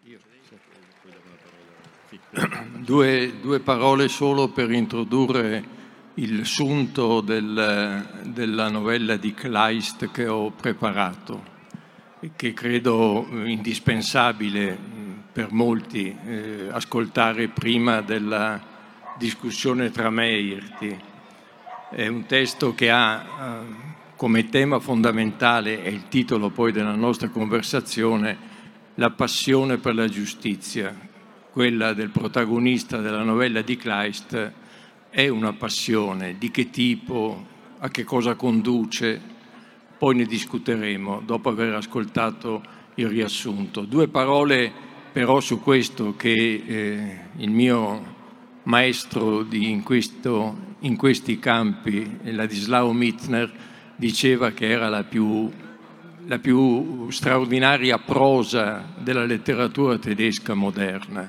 Due parole solo per introdurre il sunto della novella di Kleist che ho preparato e che credo indispensabile per molti ascoltare prima della discussione tra me e Irti. È un testo che ha come tema fondamentale, e il titolo poi della nostra conversazione, la passione per la giustizia. Quella del protagonista della novella di Kleist è una passione. Di che tipo, a che cosa conduce, poi ne discuteremo dopo aver ascoltato il riassunto. Due parole però su questo che il mio maestro in questi campi, Ladislao Mittner, diceva che era la più straordinaria prosa della letteratura tedesca moderna.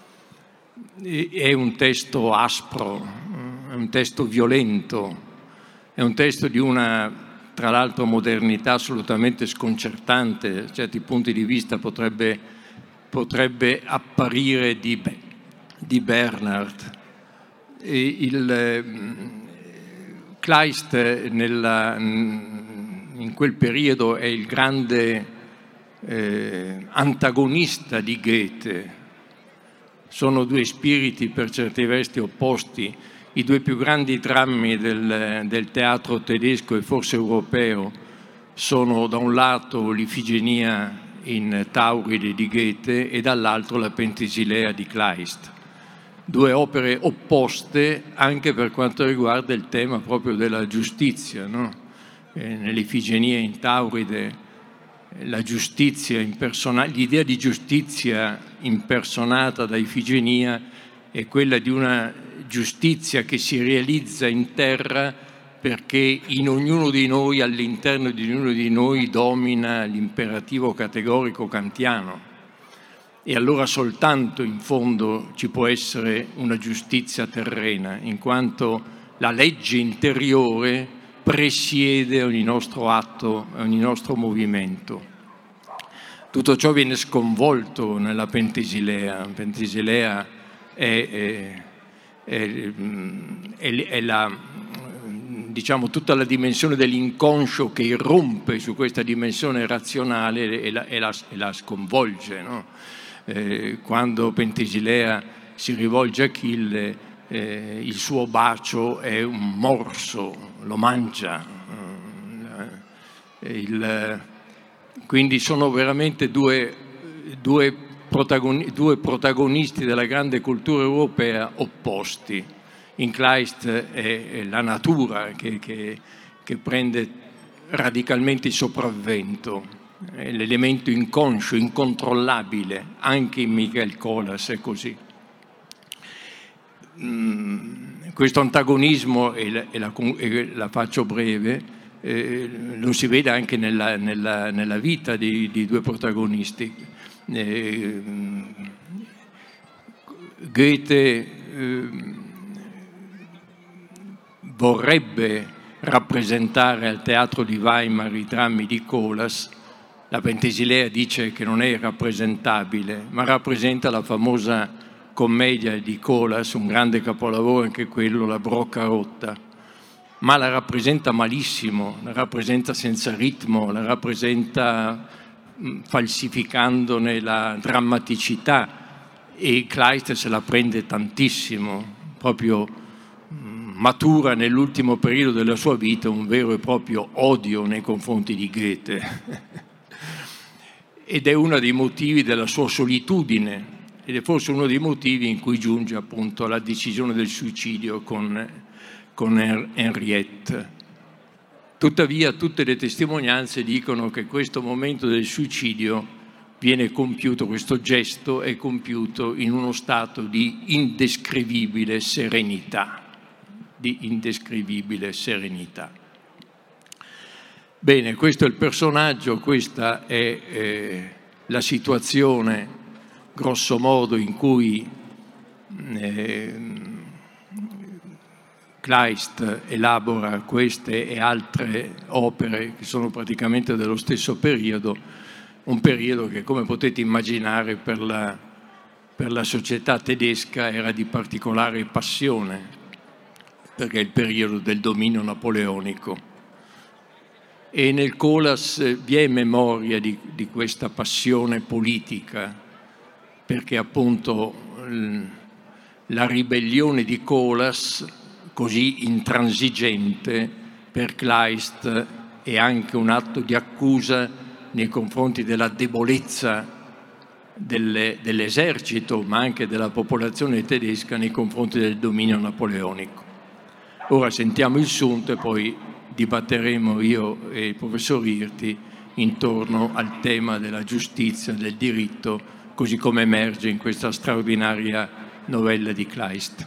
È un testo aspro, è un testo violento, è un testo di una, tra l'altro, modernità assolutamente sconcertante. Da certi punti di vista potrebbe apparire di Bernhard. Kleist in quel periodo è il grande antagonista di Goethe. Sono due spiriti per certi versi opposti, i due più grandi drammi del teatro tedesco e forse europeo sono da un lato l'Ifigenia in Tauride di Goethe e dall'altro la Penthesilea di Kleist. Due opere opposte anche per quanto riguarda il tema proprio della giustizia, no? Nell'Ifigenia in Tauride la giustizia l'idea di giustizia impersonata da Ifigenia è quella di una giustizia che si realizza in terra perché in ognuno di noi, all'interno di ognuno di noi, domina l'imperativo categorico kantiano. E allora soltanto in fondo ci può essere una giustizia terrena, in quanto la legge interiore presiede ogni nostro atto, ogni nostro movimento. Tutto ciò viene sconvolto nella Penthesilea. La Penthesilea è tutta la dimensione dell'inconscio che irrompe su questa dimensione razionale e la sconvolge, no? Quando Penthesilea si rivolge a Achille, il suo bacio è un morso, lo mangia. Quindi sono veramente due protagonisti della grande cultura europea opposti. In Kleist è la natura che prende radicalmente il sopravvento, è l'elemento inconscio, incontrollabile. Anche in Michael Kolas è così. Questo antagonismo, e la faccio breve, lo si vede anche nella vita dei due protagonisti. Goethe vorrebbe rappresentare al teatro di Weimar i drammi di Kolas. La Penthesilea dice che non è rappresentabile, ma rappresenta la famosa commedia di Kolas, un grande capolavoro anche quello, La Brocca rotta, ma la rappresenta malissimo, la rappresenta senza ritmo, la rappresenta falsificandone la drammaticità, e Kleist se la prende tantissimo, proprio matura nell'ultimo periodo della sua vita un vero e proprio odio nei confronti di Goethe. Ed è uno dei motivi della sua solitudine, ed è forse uno dei motivi in cui giunge appunto alla decisione del suicidio con Henriette. Tuttavia tutte le testimonianze dicono che questo momento del suicidio viene compiuto, questo gesto è compiuto in uno stato di indescrivibile serenità. Bene, questo è il personaggio, questa è la situazione, grosso modo, in cui Kleist elabora queste e altre opere che sono praticamente dello stesso periodo, un periodo che, come potete immaginare, per la società tedesca era di particolare passione, perché è il periodo del dominio napoleonico. E nel Colas vi è memoria di questa passione politica, perché appunto la ribellione di Colas, così intransigente, per Kleist è anche un atto di accusa nei confronti della debolezza dell'esercito, ma anche della popolazione tedesca nei confronti del dominio napoleonico. Ora sentiamo il sunto e poi dibatteremo io e il professor Irti intorno al tema della giustizia, del diritto, così come emerge in questa straordinaria novella di Kleist.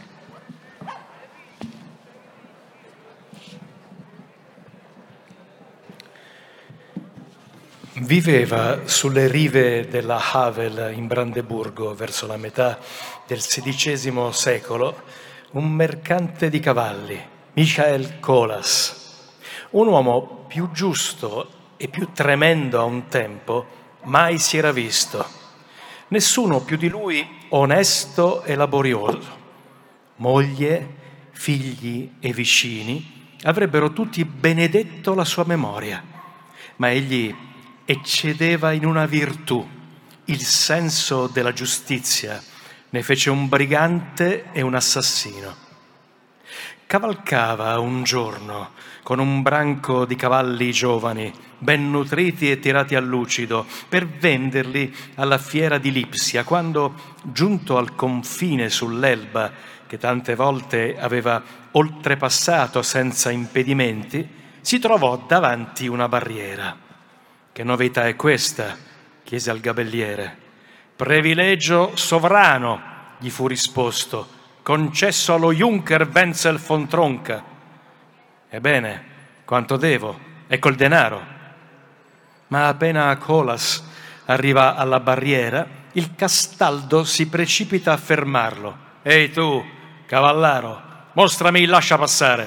Viveva sulle rive della Havel in Brandeburgo, verso la metà del XVI secolo, un mercante di cavalli, Michael Colas, un uomo più giusto e più tremendo a un tempo mai si era visto. Nessuno più di lui onesto e laborioso. Moglie, figli e vicini avrebbero tutti benedetto la sua memoria, ma egli eccedeva in una virtù, il senso della giustizia. Ne fece un brigante e un assassino. Cavalcava un giorno con un branco di cavalli giovani, ben nutriti e tirati a lucido, per venderli alla fiera di Lipsia, quando, giunto al confine sull'Elba, che tante volte aveva oltrepassato senza impedimenti, si trovò davanti una barriera. «Che novità è questa?» chiese al gabelliere. «Privilegio sovrano», gli fu risposto, «concesso allo Junker Wenzel von Tronka». «Ebbene, quanto devo? Ecco il denaro». Ma appena Colas arriva alla barriera, il Castaldo si precipita a fermarlo. «Ehi tu, cavallaro, mostrami il lasciapassare».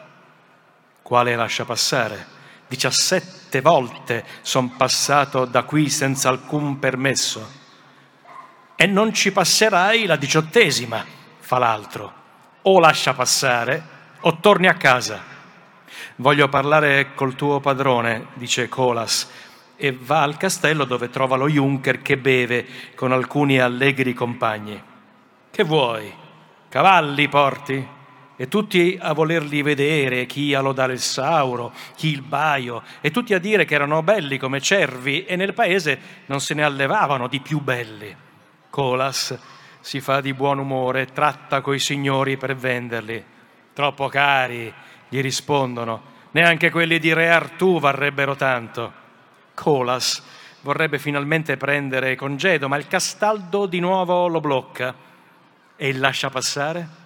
«Quale lasciapassare? 17 volte son passato da qui senza alcun permesso». «E non ci passerai la 18ª», fa l'altro. «O lascia passare o torni a casa». «Voglio parlare col tuo padrone», dice Colas, e va al castello dove trova lo Junker che beve con alcuni allegri compagni. «Che vuoi? Cavalli porti?» E tutti a volerli vedere, chi a lodare il Sauro, chi il Baio, e tutti a dire che erano belli come cervi e nel paese non se ne allevavano di più belli. Colas si fa di buon umore, tratta coi signori per venderli. «Troppo cari», gli rispondono, «neanche quelli di Re Artù varrebbero tanto». Colas vorrebbe finalmente prendere congedo, ma il Castaldo di nuovo lo blocca. E il lascia passare?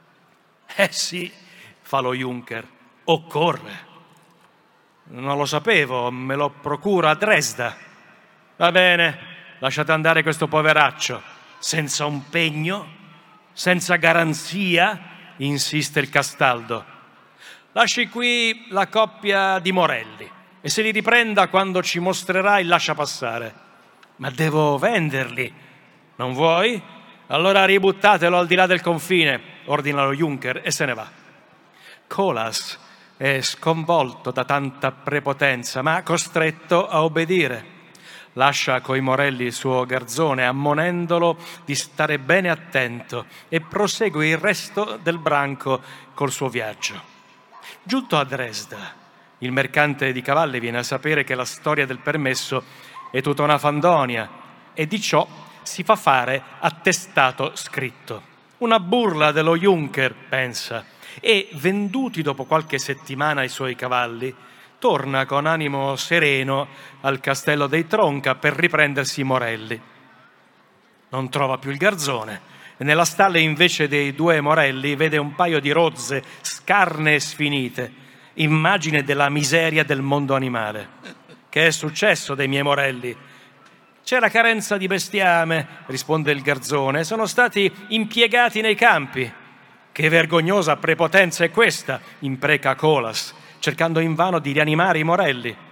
Sì, fa lo Junker, occorre. «Non lo sapevo, me lo procuro a Dresda». «Va bene, lasciate andare questo poveraccio». «Senza un pegno? Senza garanzia?» insiste il Castaldo. «Lasci qui la coppia di Morelli e se li riprenda quando ci mostrerà il lasciapassare». «Ma devo venderli». «Non vuoi? Allora ributtatelo al di là del confine», ordina lo Junker e se ne va. Colas è sconvolto da tanta prepotenza, ma costretto a obbedire. Lascia coi Morelli il suo garzone, ammonendolo di stare bene attento, e prosegue il resto del branco col suo viaggio. Giunto a Dresda, il mercante di cavalli viene a sapere che la storia del permesso è tutta una fandonia e di ciò si fa fare attestato scritto. Una burla dello Junker, pensa, e venduti dopo qualche settimana i suoi cavalli, torna con animo sereno al castello dei Tronca per riprendersi i Morelli. Non trova più il garzone e nella stalla invece dei 2 Morelli vede un paio di rozze scarne e sfinite, immagine della miseria del mondo animale. «Che è successo dei miei Morelli?» «C'era carenza di bestiame», risponde il garzone, «sono stati impiegati nei campi». «Che vergognosa prepotenza è questa?» impreca Colas, cercando invano di rianimare i Morelli.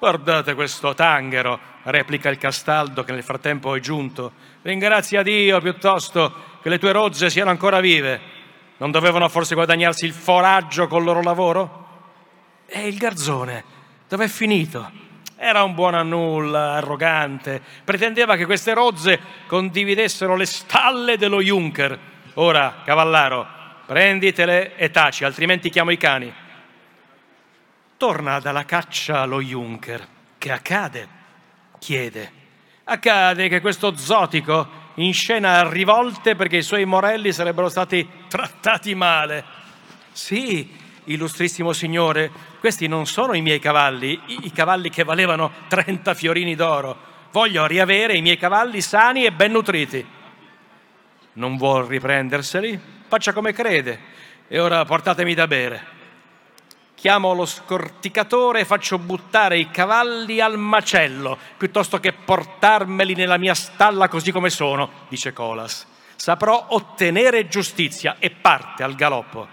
Guardate questo tanghero, replica il Castaldo, che nel frattempo è giunto. Ringrazia Dio piuttosto che le tue rozze siano ancora vive. Non dovevano forse guadagnarsi il foraggio col loro lavoro? E il garzone, dov'è finito? Era un buon a nulla, arrogante. Pretendeva che queste rozze condividessero le stalle dello Junker. Ora, cavallaro, prenditele e taci, altrimenti chiamo i cani. Torna dalla caccia lo Junker. Che accade? Chiede. Accade che questo zotico inscena rivolte perché i suoi morelli sarebbero stati trattati male. Sì, illustrissimo signore, questi non sono i miei cavalli, i cavalli che valevano 30 fiorini d'oro. Voglio riavere i miei cavalli sani e ben nutriti. Non vuol riprenderseli? Faccia come crede. E ora portatemi da bere. Chiamo lo scorticatore e faccio buttare i cavalli al macello, piuttosto che portarmeli nella mia stalla così come sono, dice Colas. Saprò ottenere giustizia, e parte al galoppo.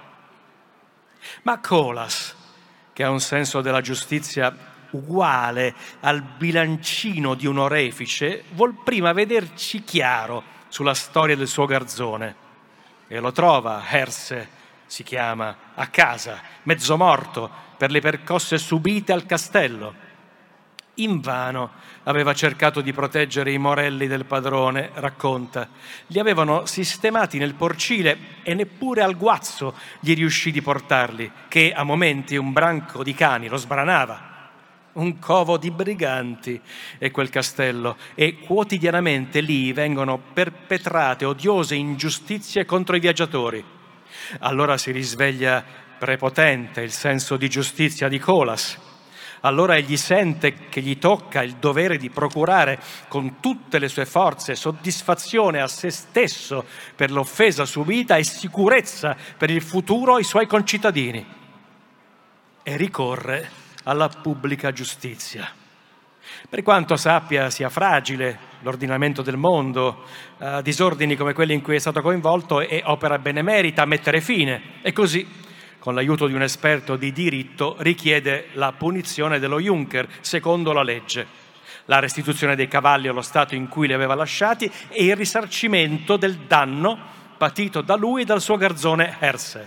Ma Colas, che ha un senso della giustizia uguale al bilancino di un orefice, vuol prima vederci chiaro sulla storia del suo garzone. E lo trova, Herse si chiama, a casa, mezzo morto per le percosse subite al castello. Invano aveva cercato di proteggere i morelli del padrone, racconta. Li avevano sistemati nel porcile e neppure al guazzo gli riuscì di portarli, che a momenti un branco di cani lo sbranava. Un covo di briganti è quel castello, e quotidianamente lì vengono perpetrate odiose ingiustizie contro i viaggiatori. Allora si risveglia prepotente il senso di giustizia di Colas. Allora egli sente che gli tocca il dovere di procurare con tutte le sue forze soddisfazione a se stesso per l'offesa subita e sicurezza per il futuro ai suoi concittadini. E ricorre alla pubblica giustizia. Per quanto sappia sia fragile l'ordinamento del mondo, disordini come quelli in cui è stato coinvolto, è opera benemerita a mettere fine. E così, con l'aiuto di un esperto di diritto, richiede la punizione dello Junker secondo la legge, la restituzione dei cavalli allo stato in cui li aveva lasciati e il risarcimento del danno patito da lui e dal suo garzone Herse.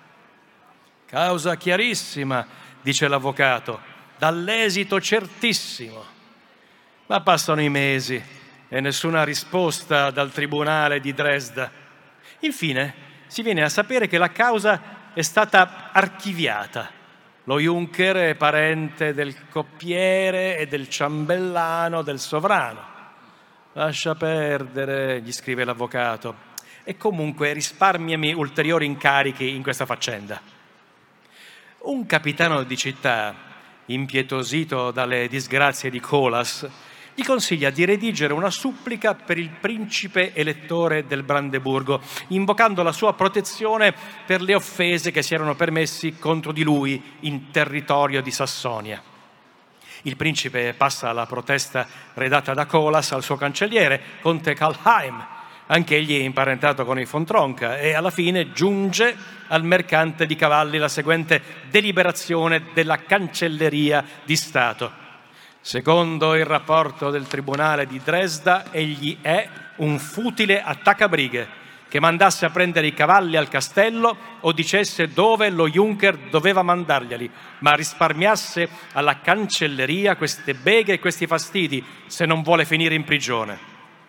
Causa chiarissima, dice l'avvocato, dall'esito certissimo. Ma passano i mesi e nessuna risposta dal tribunale di Dresda. Infine si viene a sapere che la causa è stata archiviata. Lo Junker è parente del coppiere e del ciambellano del sovrano. Lascia perdere, gli scrive l'avvocato, e comunque risparmiami ulteriori incarichi in questa faccenda. Un capitano di città, impietosito dalle disgrazie di Colas, gli consiglia di redigere una supplica per il principe elettore del Brandeburgo, invocando la sua protezione per le offese che si erano permessi contro di lui in territorio di Sassonia. Il principe passa la protesta redatta da Colas al suo cancelliere, conte Kalheim, anch'egli è imparentato con i von Tronka, e alla fine giunge al mercante di cavalli la seguente deliberazione della Cancelleria di Stato. Secondo il rapporto del tribunale di Dresda, egli è un futile attaccabrighe che mandasse a prendere i cavalli al castello o dicesse dove lo Junker doveva mandarglieli, ma risparmiasse alla cancelleria queste beghe e questi fastidi se non vuole finire in prigione.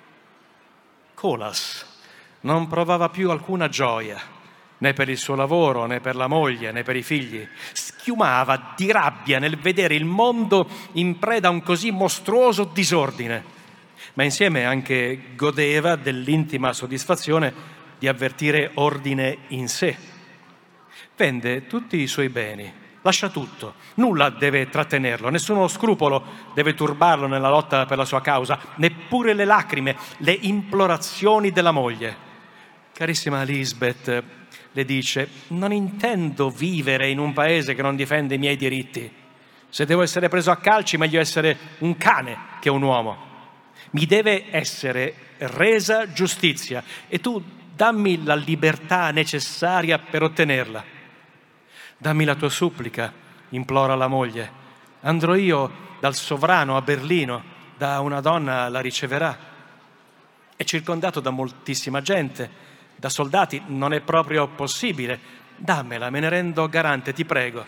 Colas non provava più alcuna gioia, né per il suo lavoro, né per la moglie, né per i figli. Schiumava di rabbia nel vedere il mondo in preda a un così mostruoso disordine, ma insieme anche godeva dell'intima soddisfazione di avvertire ordine in sé. Vende tutti i suoi beni, lascia tutto, nulla deve trattenerlo, nessuno scrupolo deve turbarlo nella lotta per la sua causa, neppure le lacrime, le implorazioni della moglie. Carissima Lisbeth, le dice, non intendo vivere in un paese che non difende i miei diritti. Se devo essere preso a calci, meglio essere un cane che un uomo. Mi deve essere resa giustizia e tu dammi la libertà necessaria per ottenerla. Dammi la tua supplica, implora la moglie, Andrò io dal sovrano a Berlino, da una donna la riceverà. È circondato da moltissima gente, da soldati, non è proprio possibile. Dammela, me ne rendo garante, ti prego.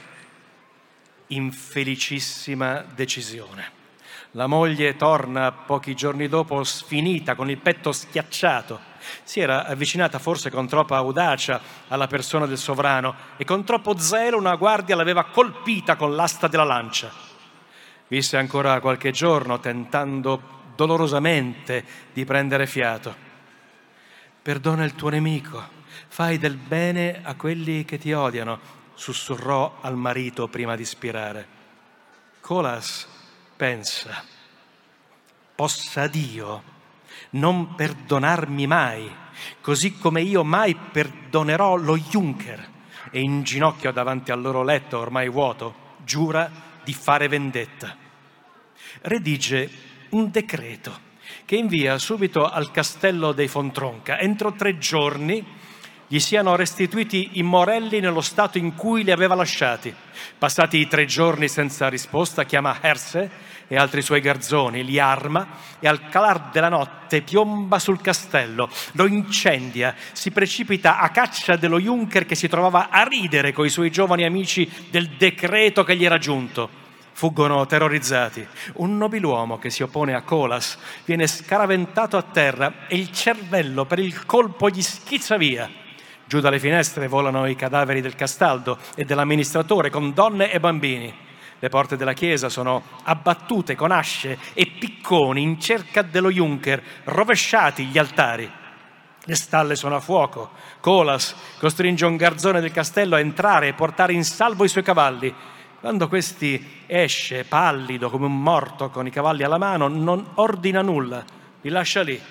Infelicissima decisione. La moglie torna pochi giorni dopo sfinita, con il petto schiacciato. Si era avvicinata forse con troppa audacia alla persona del sovrano e con troppo zelo una guardia l'aveva colpita con l'asta della lancia. Visse ancora qualche giorno tentando dolorosamente di prendere fiato. Perdona il tuo nemico, fai del bene a quelli che ti odiano, sussurrò al marito prima di spirare. Colas pensa: possa Dio non perdonarmi mai, così come io mai perdonerò lo Junker. E in ginocchio davanti al loro letto ormai vuoto giura di fare vendetta. Redige un decreto che invia subito al castello dei von Tronka. Entro 3 giorni gli siano restituiti i morelli nello stato in cui li aveva lasciati. Passati i 3 giorni senza risposta, chiama Herse e altri suoi garzoni, li arma e al calar della notte piomba sul castello, lo incendia, si precipita a caccia dello Junker che si trovava a ridere coi suoi giovani amici del decreto che gli era giunto. Fuggono terrorizzati. Un nobiluomo che si oppone a Colas viene scaraventato a terra e il cervello per il colpo gli schizza via. Giù dalle finestre volano i cadaveri del Castaldo e dell'amministratore con donne e bambini. Le porte della chiesa sono abbattute con asce e picconi in cerca dello Junker, rovesciati gli altari. Le stalle sono a fuoco. Colas costringe un garzone del castello a entrare e portare in salvo i suoi cavalli. Quando questi esce, pallido come un morto con i cavalli alla mano, non ordina nulla, li lascia lì.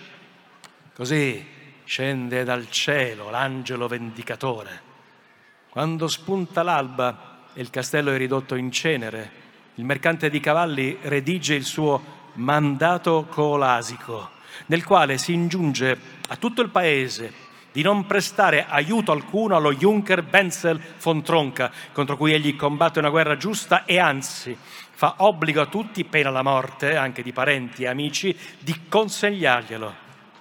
Così scende dal cielo l'angelo vendicatore. Quando spunta l'alba e il castello è ridotto in cenere, il mercante di cavalli redige il suo mandato colasico, nel quale si ingiunge a tutto il paese di non prestare aiuto alcuno allo Junker Wenzel von Tronka, contro cui egli combatte una guerra giusta e anzi fa obbligo a tutti, pena la morte, anche di parenti e amici, di consigliarglielo.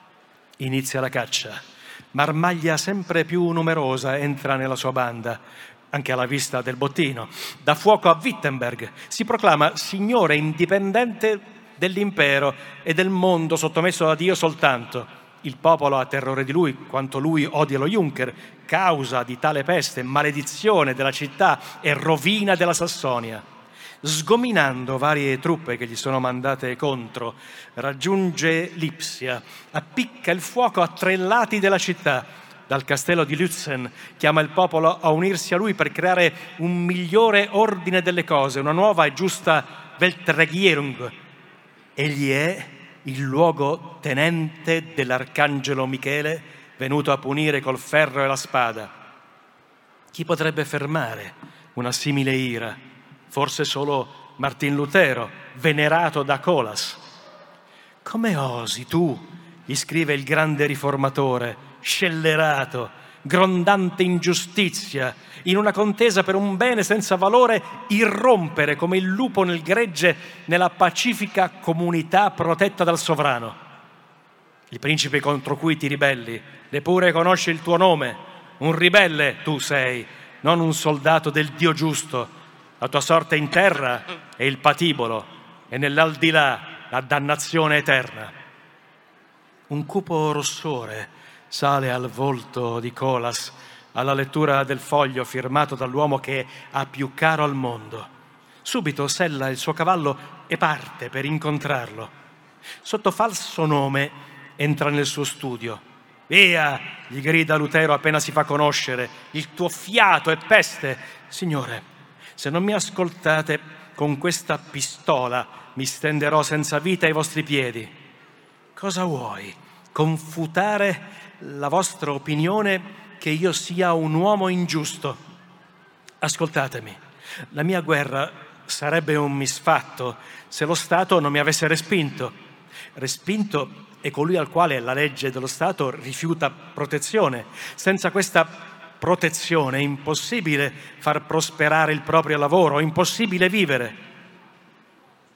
Inizia la caccia. Marmaglia sempre più numerosa entra nella sua banda, anche alla vista del bottino. Dà fuoco a Wittenberg, si proclama signore indipendente dell'impero e del mondo, sottomesso a Dio soltanto. Il popolo ha terrore di lui, quanto lui odia lo Junker, causa di tale peste, maledizione della città e rovina della Sassonia. Sgominando varie truppe che gli sono mandate contro, raggiunge Lipsia, appicca il fuoco a 3 lati della città. Dal castello di Lützen chiama il popolo a unirsi a lui per creare un migliore ordine delle cose, una nuova e giusta Weltregierung. Egli è il luogotenente dell'arcangelo Michele, venuto a punire col ferro e la spada. Chi potrebbe fermare una simile ira? Forse solo Martin Lutero, venerato da Colas. Come osi tu, gli scrive il grande riformatore, scellerato, grondante ingiustizia, in una contesa per un bene senza valore, irrompere come il lupo nel gregge nella pacifica comunità protetta dal sovrano. Il principe contro cui ti ribelli, neppure conosce il tuo nome. Un ribelle tu sei, non un soldato del Dio giusto. La tua sorte in terra è il patibolo e nell'aldilà la dannazione eterna. Un cupo rossore sale al volto di Colas alla lettura del foglio firmato dall'uomo che ha più caro al mondo. Subito sella il suo cavallo e parte per incontrarlo. Sotto falso nome entra nel suo studio. «Via!» gli grida Lutero appena si fa conoscere. «Il tuo fiato è peste!» «Signore, se non mi ascoltate, con questa pistola mi stenderò senza vita ai vostri piedi». «Cosa vuoi? Confutare la vostra opinione che io sia un uomo ingiusto? Ascoltatemi, la mia guerra sarebbe un misfatto se lo Stato non mi avesse respinto. Respinto è colui al quale la legge dello Stato rifiuta protezione. Senza questa protezione è impossibile far prosperare il proprio lavoro, è impossibile vivere.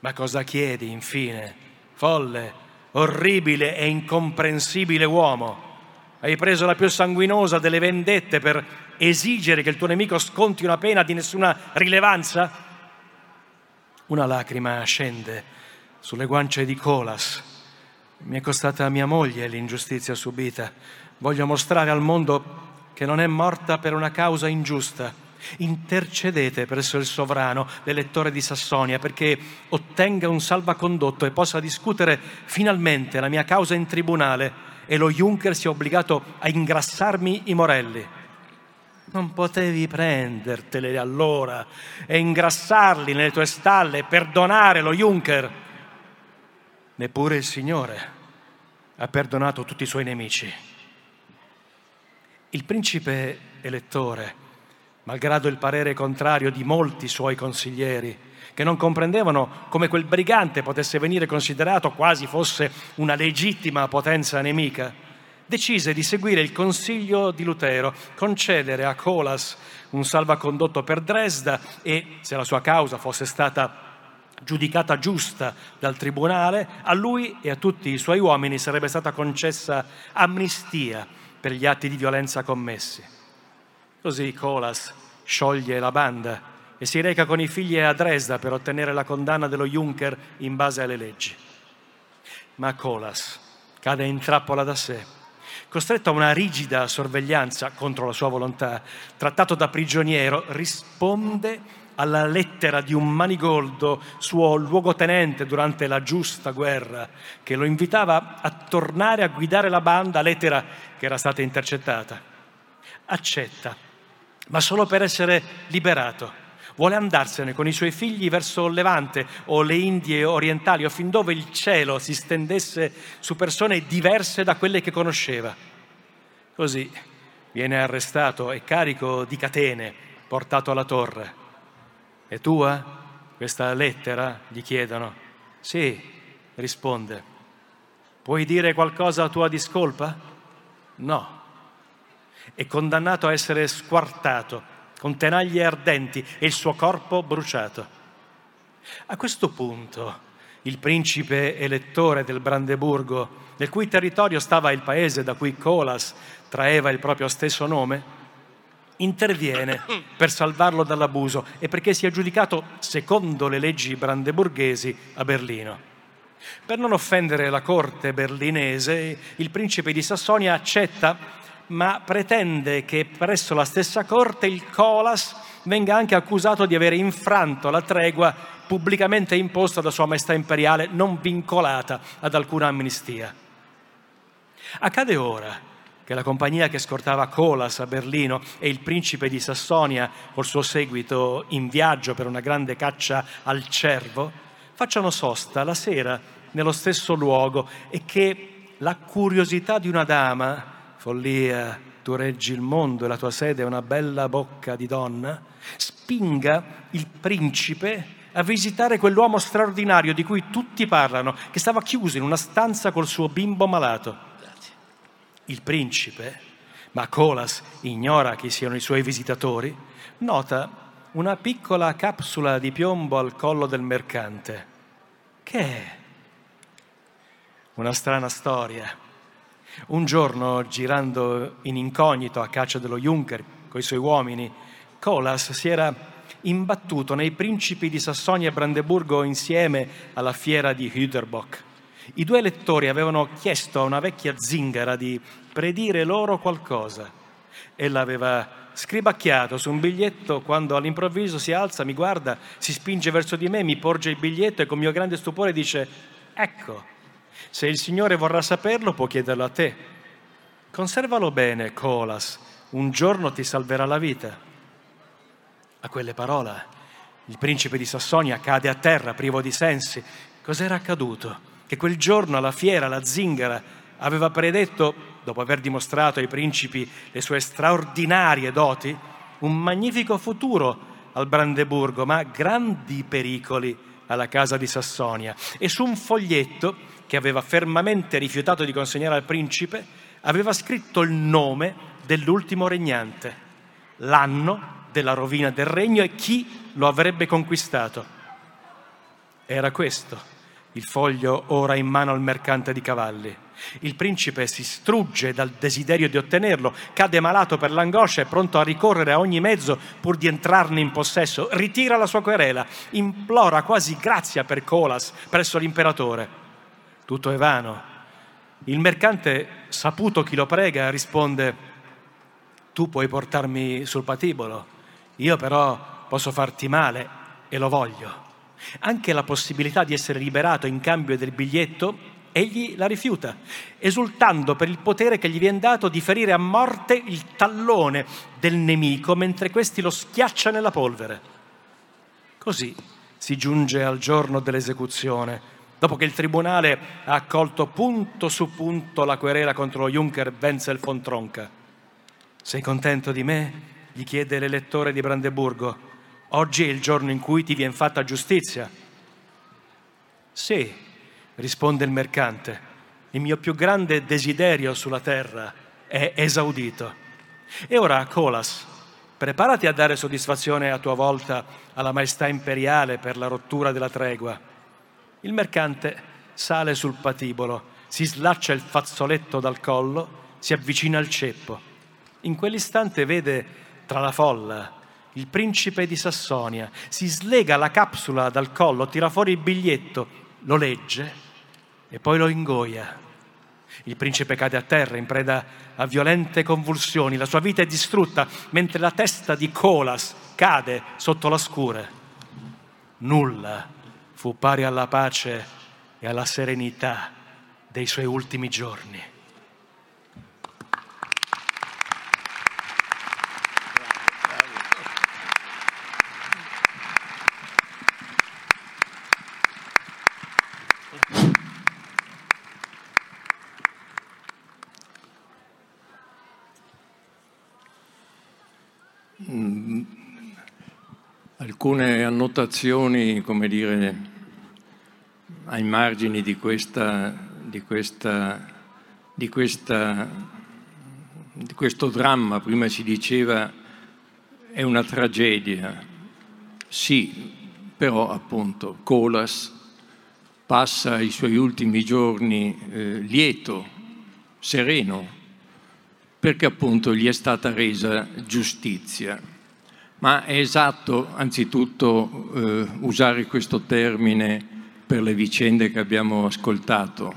Ma cosa chiedi, infine? Folle, orribile e incomprensibile uomo. Hai preso la più sanguinosa delle vendette per esigere che il tuo nemico sconti una pena di nessuna rilevanza? Una lacrima scende sulle guance di Colas. Mi è costata mia moglie l'ingiustizia subita. Voglio mostrare al mondo che non è morta per una causa ingiusta. Intercedete presso il sovrano, l'elettore di Sassonia, perché ottenga un salvacondotto e possa discutere finalmente la mia causa in tribunale e lo Junker sia obbligato a ingrassarmi i morelli. Non potevi prendertele allora e ingrassarli nelle tue stalle e perdonare lo Junker? Neppure il Signore ha perdonato tutti i suoi nemici. Il principe elettore, malgrado il parere contrario di molti suoi consiglieri, che non comprendevano come quel brigante potesse venire considerato quasi fosse una legittima potenza nemica, decise di seguire il consiglio di Lutero, concedere a Colas un salvacondotto per Dresda e, se la sua causa fosse stata giudicata giusta dal tribunale, a lui e a tutti i suoi uomini sarebbe stata concessa amnistia per gli atti di violenza commessi. Così Colas scioglie la banda e si reca con i figli a Dresda per ottenere la condanna dello Junker in base alle leggi. Ma Colas cade in trappola da sé, costretto a una rigida sorveglianza contro la sua volontà, trattato da prigioniero, risponde alla lettera di un manigoldo, suo luogotenente durante la giusta guerra, che lo invitava a tornare a guidare la banda, lettera che era stata intercettata. Accetta, ma solo per essere liberato. Vuole andarsene con i suoi figli verso il Levante o le Indie orientali o fin dove il cielo si stendesse su persone diverse da quelle che conosceva. Così viene arrestato e carico di catene portato alla torre. «È tua questa lettera?» gli chiedono. «Sì», risponde. «Puoi dire qualcosa a tua discolpa?» «No». È condannato a essere squartato con tenaglie ardenti e il suo corpo bruciato. A questo punto il principe elettore del Brandeburgo, nel cui territorio stava il paese da cui Colas traeva il proprio stesso nome, interviene per salvarlo dall'abuso e perché sia giudicato secondo le leggi brandeburghesi a Berlino. Per non offendere la corte berlinese, il principe di Sassonia accetta, ma pretende che presso la stessa corte il Colas venga anche accusato di avere infranto la tregua pubblicamente imposta da Sua Maestà Imperiale, non vincolata ad alcuna amnistia. Accade ora che la compagnia che scortava Colas a Berlino e il principe di Sassonia col suo seguito in viaggio per una grande caccia al cervo facciano sosta la sera nello stesso luogo e che la curiosità di una dama, follia, tu reggi il mondo e la tua sede è una bella bocca di donna, spinga il principe a visitare quell'uomo straordinario di cui tutti parlano, che stava chiuso in una stanza col suo bimbo malato. Il principe, ma Colas ignora chi siano i suoi visitatori, nota una piccola capsula di piombo al collo del mercante. Che è? Una strana storia. Un giorno, girando in incognito a caccia dello Junker coi suoi uomini, Colas si era imbattuto nei principi di Sassonia e Brandeburgo insieme alla fiera di Hüderbock. I due elettori avevano chiesto a una vecchia zingara di predire loro qualcosa. Ella aveva scribacchiato su un biglietto quando all'improvviso si alza, mi guarda, si spinge verso di me, mi porge il biglietto e con mio grande stupore dice: «Ecco, se il Signore vorrà saperlo può chiederlo a te. Conservalo bene, Colas, un giorno ti salverà la vita». A quelle parole il principe di Sassonia cade a terra privo di sensi. Cos'era accaduto? Che quel giorno alla fiera la zingara aveva predetto, dopo aver dimostrato ai principi le sue straordinarie doti, un magnifico futuro al Brandeburgo, ma grandi pericoli alla casa di Sassonia. E su un foglietto che aveva fermamente rifiutato di consegnare al principe aveva scritto il nome dell'ultimo regnante, l'anno della rovina del regno e chi lo avrebbe conquistato. Era questo il foglio ora in mano al mercante di cavalli. Il principe si strugge dal desiderio di ottenerlo, cade malato per l'angoscia e pronto a ricorrere a ogni mezzo pur di entrarne in possesso. Ritira la sua querela, implora quasi grazia per Colas presso l'imperatore. Tutto è vano. Il mercante, saputo chi lo prega, risponde: tu puoi portarmi sul patibolo, io però posso farti male e lo voglio. Anche la possibilità di essere liberato in cambio del biglietto egli la rifiuta, esultando per il potere che gli viene dato di ferire a morte il tallone del nemico mentre questi lo schiaccia nella polvere. Così si giunge al giorno dell'esecuzione, dopo che il tribunale ha accolto punto su punto la querela contro lo Junker Wenzel von Tronka. Sei contento di me? Gli chiede l'elettore di Brandeburgo. Oggi è il giorno in cui ti viene fatta giustizia. Sì, risponde il mercante, il mio più grande desiderio sulla terra è esaudito. E ora, Colas, preparati a dare soddisfazione a tua volta alla maestà imperiale per la rottura della tregua. Il mercante sale sul patibolo, si slaccia il fazzoletto dal collo, si avvicina al ceppo. In quell'istante vede tra la folla il principe di Sassonia, si slega la capsula dal collo, tira fuori il biglietto, lo legge e poi lo ingoia. Il principe cade a terra in preda a violente convulsioni, la sua vita è distrutta mentre la testa di Colas cade sotto la scure. Nulla fu pari alla pace e alla serenità dei suoi ultimi giorni. Alcune annotazioni, come dire, ai margini di questo dramma. Prima si diceva è una tragedia. Sì, però appunto Colas passa i suoi ultimi giorni lieto, sereno, perché appunto gli è stata resa giustizia. Ma è esatto anzitutto usare questo termine per le vicende che abbiamo ascoltato.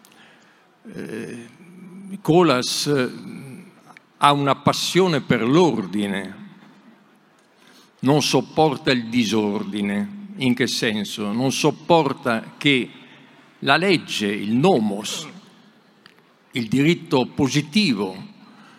Colas ha una passione per l'ordine, non sopporta il disordine. In che senso? Non sopporta che la legge, il nomos, il diritto positivo,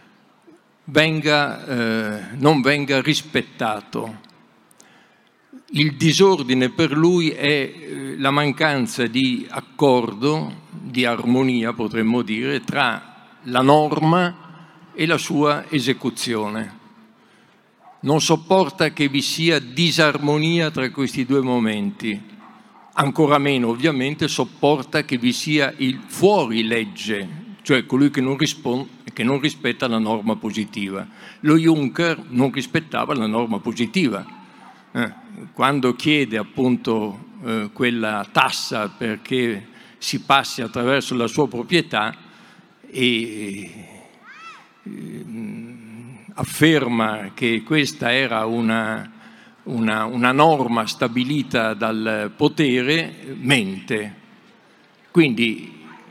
non venga rispettato. Il disordine per lui è la mancanza di accordo, di armonia, potremmo dire, tra la norma e la sua esecuzione. Non sopporta che vi sia disarmonia tra questi due momenti. Ancora meno, ovviamente, sopporta che vi sia il fuorilegge, cioè colui che non rispetta la norma positiva. Lo Junker non rispettava la norma positiva. Quando chiede appunto quella tassa perché si passi attraverso la sua proprietà e afferma che questa era una norma stabilita dal potere, mente. Quindi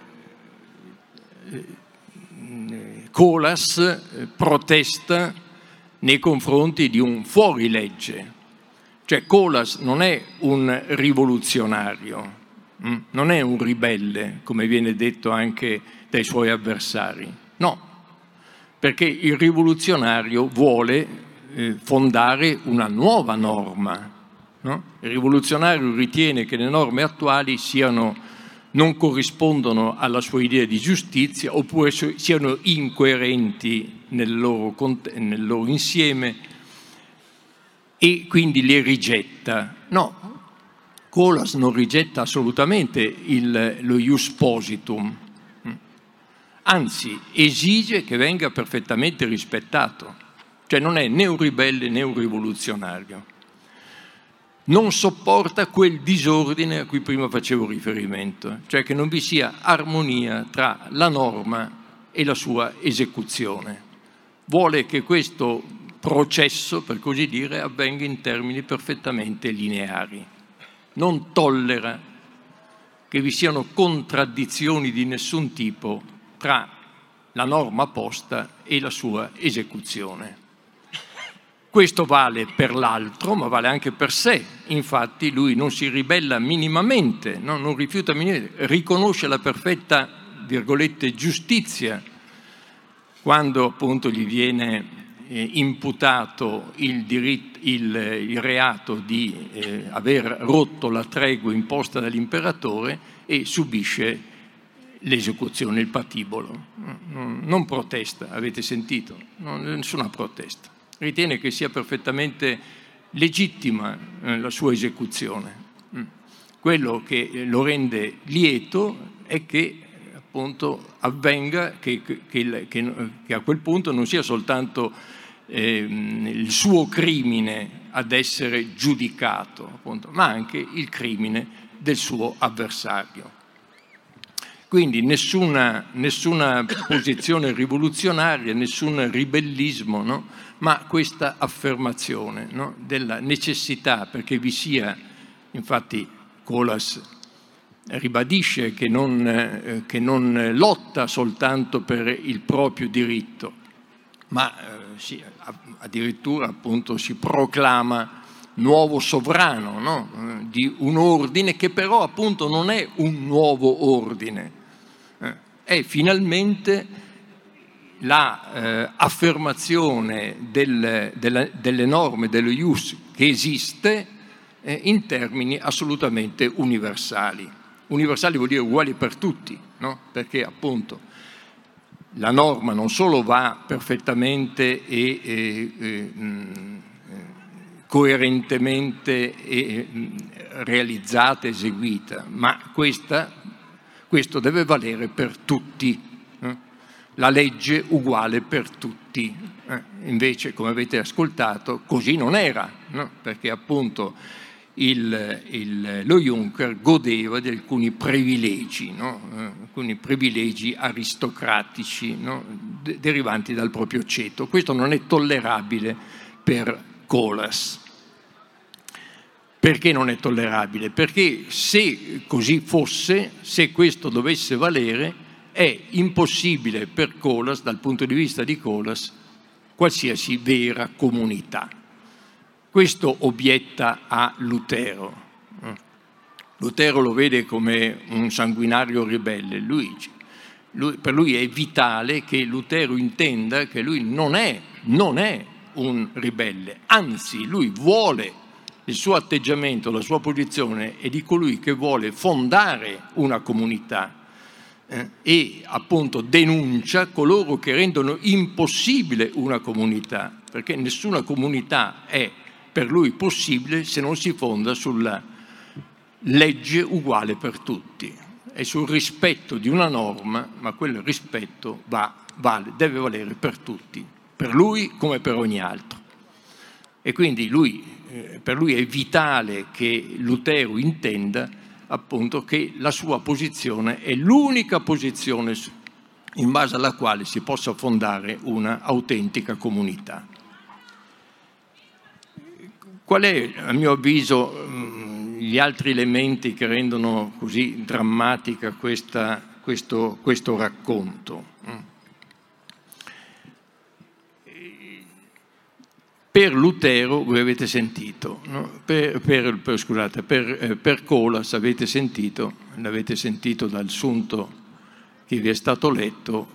Colas protesta nei confronti di un fuorilegge. Cioè Colas non è un rivoluzionario, non è un ribelle, come viene detto anche dai suoi avversari. No, perché il rivoluzionario vuole fondare una nuova norma. No? Il rivoluzionario ritiene che le norme attuali non corrispondono alla sua idea di giustizia oppure siano incoerenti nel loro insieme e quindi le rigetta. No, Colas non rigetta assolutamente lo ius positum, anzi esige che venga perfettamente rispettato, cioè non è né un ribelle né un rivoluzionario. non sopporta quel disordine a cui prima facevo riferimento, cioè che non vi sia armonia tra la norma e la sua esecuzione. Vuole che questo processo, per così dire, avvenga in termini perfettamente lineari. Non tollera che vi siano contraddizioni di nessun tipo tra la norma posta e la sua esecuzione. Questo vale per l'altro, ma vale anche per sé. Infatti lui non si ribella minimamente, no? Non rifiuta minimamente, riconosce la perfetta, virgolette, giustizia quando appunto gli viene imputato il reato di aver rotto la tregua imposta dall'imperatore e subisce l'esecuzione, il patibolo. Non protesta, avete sentito? Nessuna protesta. Ritiene che sia perfettamente legittima la sua esecuzione. Quello che lo rende lieto è che appunto avvenga che a quel punto non sia soltanto il suo crimine ad essere giudicato, appunto, ma anche il crimine del suo avversario. Quindi nessuna posizione rivoluzionaria, nessun ribellismo, no? Ma questa affermazione, no? Della necessità, perché vi sia, infatti Colas ribadisce che non lotta soltanto per il proprio diritto, ma addirittura appunto si proclama nuovo sovrano, no? Di un ordine che però appunto non è un nuovo ordine, è finalmente la affermazione delle norme, dello ius che esiste in termini assolutamente universali. Universali vuol dire uguali per tutti, no? Perché appunto la norma non solo va perfettamente e coerentemente realizzata, eseguita, ma questo deve valere per tutti. La legge uguale per tutti. Invece, come avete ascoltato, così non era, no? Perché appunto lo Juncker godeva di alcuni privilegi, no? Alcuni privilegi aristocratici, no? Derivanti dal proprio ceto. Questo non è tollerabile per Colas. Perché non è tollerabile? Perché se così fosse, se questo dovesse valere, è impossibile per Colas, dal punto di vista di Colas, qualsiasi vera comunità. Questo obietta a Lutero. Lutero lo vede come un sanguinario ribelle. Per lui è vitale che Lutero intenda che lui non è un ribelle, anzi lui vuole, il suo atteggiamento, la sua posizione è di colui che vuole fondare una comunità e appunto denuncia coloro che rendono impossibile una comunità, perché nessuna comunità è per lui possibile se non si fonda sulla legge uguale per tutti e sul rispetto di una norma, ma quel rispetto deve valere per tutti, per lui come per ogni altro. E quindi per lui è vitale che Lutero intenda appunto che la sua posizione è l'unica posizione in base alla quale si possa fondare una autentica comunità. Qual è, a mio avviso, gli altri elementi che rendono così drammatica questo racconto? Per Lutero, voi avete sentito, no? per Colas l'avete sentito dal sunto che vi è stato letto,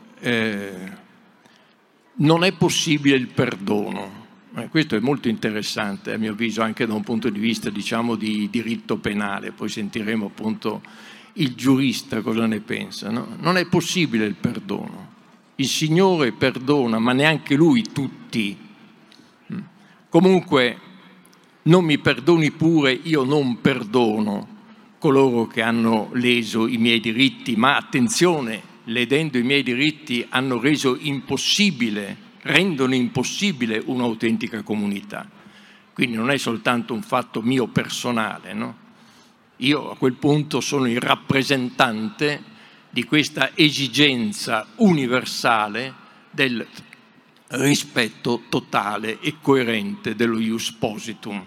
non è possibile il perdono. Questo è molto interessante, a mio avviso, anche da un punto di vista, diciamo, di diritto penale. Poi sentiremo appunto il giurista cosa ne pensa, no? Non è possibile il perdono. Il Signore perdona, ma neanche Lui tutti. Comunque non mi perdoni pure, io non perdono coloro che hanno leso i miei diritti, ma attenzione, ledendo i miei diritti rendono impossibile un'autentica comunità. Quindi non è soltanto un fatto mio personale, no? Io a quel punto sono il rappresentante di questa esigenza universale del rispetto totale e coerente dello ius positum.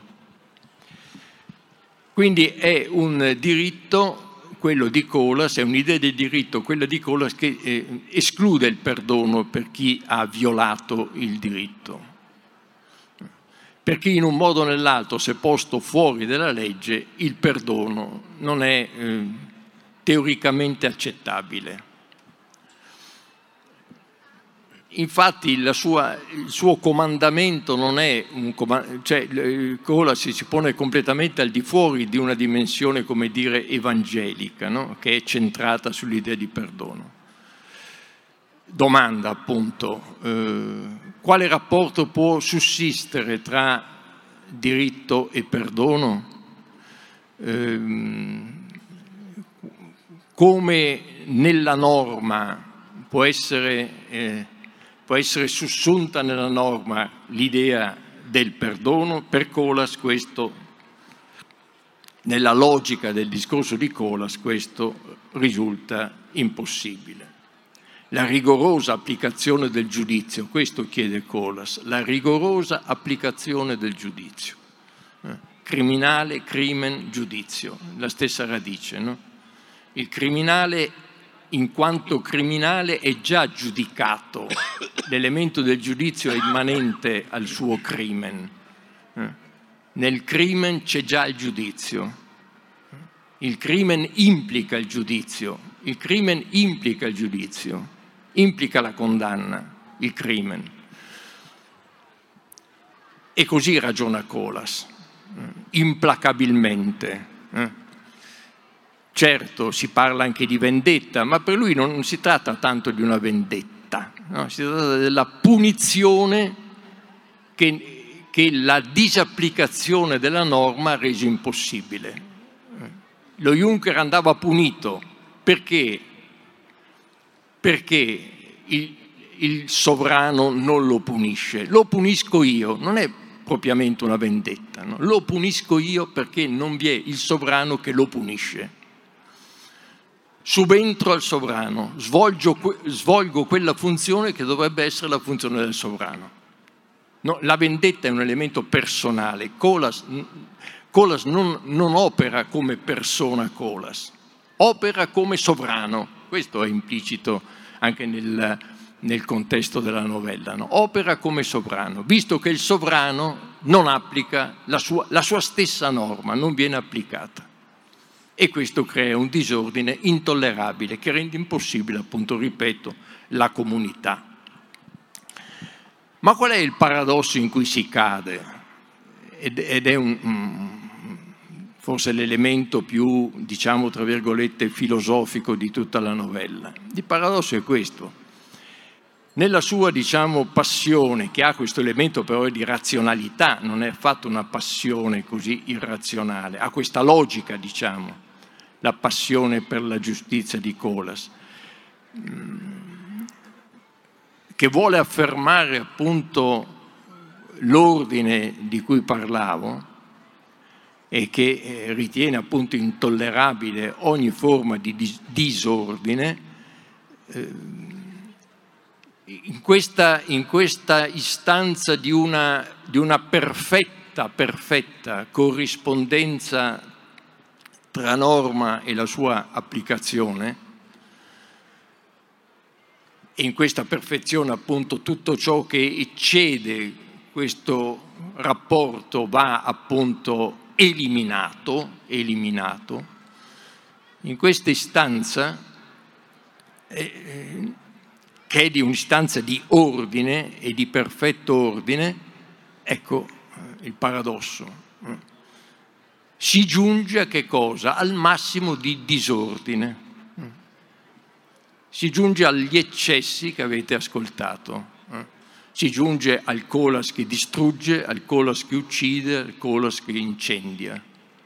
Quindi è un diritto, quello di Colas, è un'idea di diritto, quella di Colas, che esclude il perdono per chi ha violato il diritto. Per chi in un modo o nell'altro si è posto fuori dalla legge, il perdono non è teoricamente accettabile. Infatti il suo comandamento non è un comandamento, Colas si pone completamente al di fuori di una dimensione, come dire, evangelica, no? Che è centrata sull'idea di perdono. Domanda appunto, quale rapporto può sussistere tra diritto e perdono? Come nella norma può essere sussunta nella norma l'idea del perdono? Per Colas questo, nella logica del discorso di Colas, questo risulta impossibile. La rigorosa applicazione del giudizio, questo chiede Colas, la rigorosa applicazione del giudizio. Criminale, crimen, giudizio, la stessa radice, no? Il criminale, in quanto criminale, è già giudicato, l'elemento del giudizio è immanente al suo crimen. Nel crimen c'è già il giudizio. Il crimen implica il giudizio, il crimen implica il giudizio, implica la condanna, il crimen. E così ragiona Colas, implacabilmente. Certo, si parla anche di vendetta, ma per lui non si tratta tanto di una vendetta, no? Si tratta della punizione che la disapplicazione della norma ha reso impossibile. Lo Juncker andava punito perché il sovrano non lo punisce. Lo punisco io, non è propriamente una vendetta, no? Lo punisco io perché non vi è il sovrano che lo punisce. Subentro al sovrano, svolgo quella funzione che dovrebbe essere la funzione del sovrano. No, la vendetta è un elemento personale. Colas non opera come persona Colas, opera come sovrano. Questo è implicito anche nel contesto della novella, no? Opera come sovrano, visto che il sovrano non applica la sua stessa norma, non viene applicata. E questo crea un disordine intollerabile che rende impossibile, appunto, ripeto, la comunità. Ma qual è il paradosso in cui si cade? Ed è forse l'elemento più, diciamo, tra virgolette, filosofico di tutta la novella. Il paradosso è questo. Nella sua, diciamo, passione, che ha questo elemento però di razionalità, non è affatto una passione così irrazionale, ha questa logica, diciamo, la passione per la giustizia di Colas, che vuole affermare appunto l'ordine di cui parlavo e che ritiene appunto intollerabile ogni forma di disordine. In questa istanza di una perfetta corrispondenza tra norma e la sua applicazione, e in questa perfezione appunto tutto ciò che eccede questo rapporto va appunto eliminato. In questa istanza che è di un'istanza di ordine e di perfetto ordine, ecco il paradosso. Si giunge a che cosa? Al massimo di disordine. Si giunge agli eccessi che avete ascoltato. Si giunge al Colas che distrugge, al Colas che uccide, al Colas che incendia.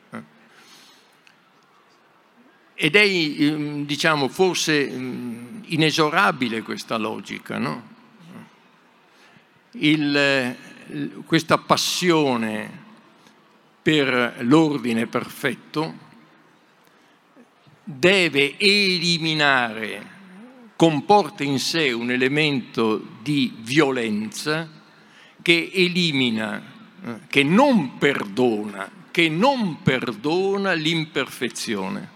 Ed è, diciamo, forse inesorabile questa logica, no? Questa passione per l'ordine perfetto, deve eliminare, comporta in sé un elemento di violenza che elimina, che non perdona l'imperfezione,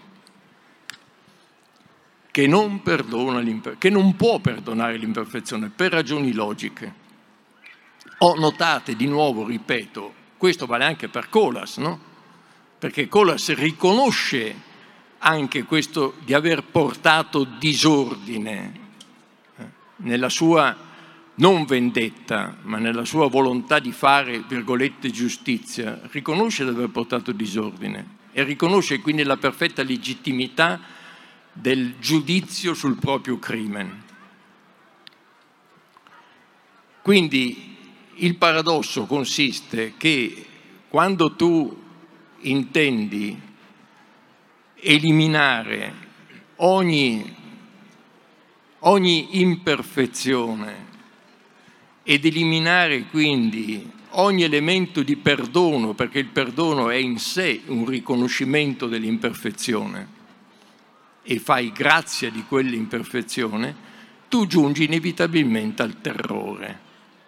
che non può perdonare l'imperfezione per ragioni logiche. Notate di nuovo, ripeto, questo vale anche per Colas, no? Perché Colas riconosce anche questo di aver portato disordine nella sua non vendetta, ma nella sua volontà di fare, virgolette, giustizia. Riconosce di aver portato disordine e riconosce quindi la perfetta legittimità del giudizio sul proprio crimine. Quindi il paradosso consiste che quando tu intendi eliminare ogni imperfezione ed eliminare quindi ogni elemento di perdono, perché il perdono è in sé un riconoscimento dell'imperfezione e fai grazia di quell'imperfezione, tu giungi inevitabilmente al terrore.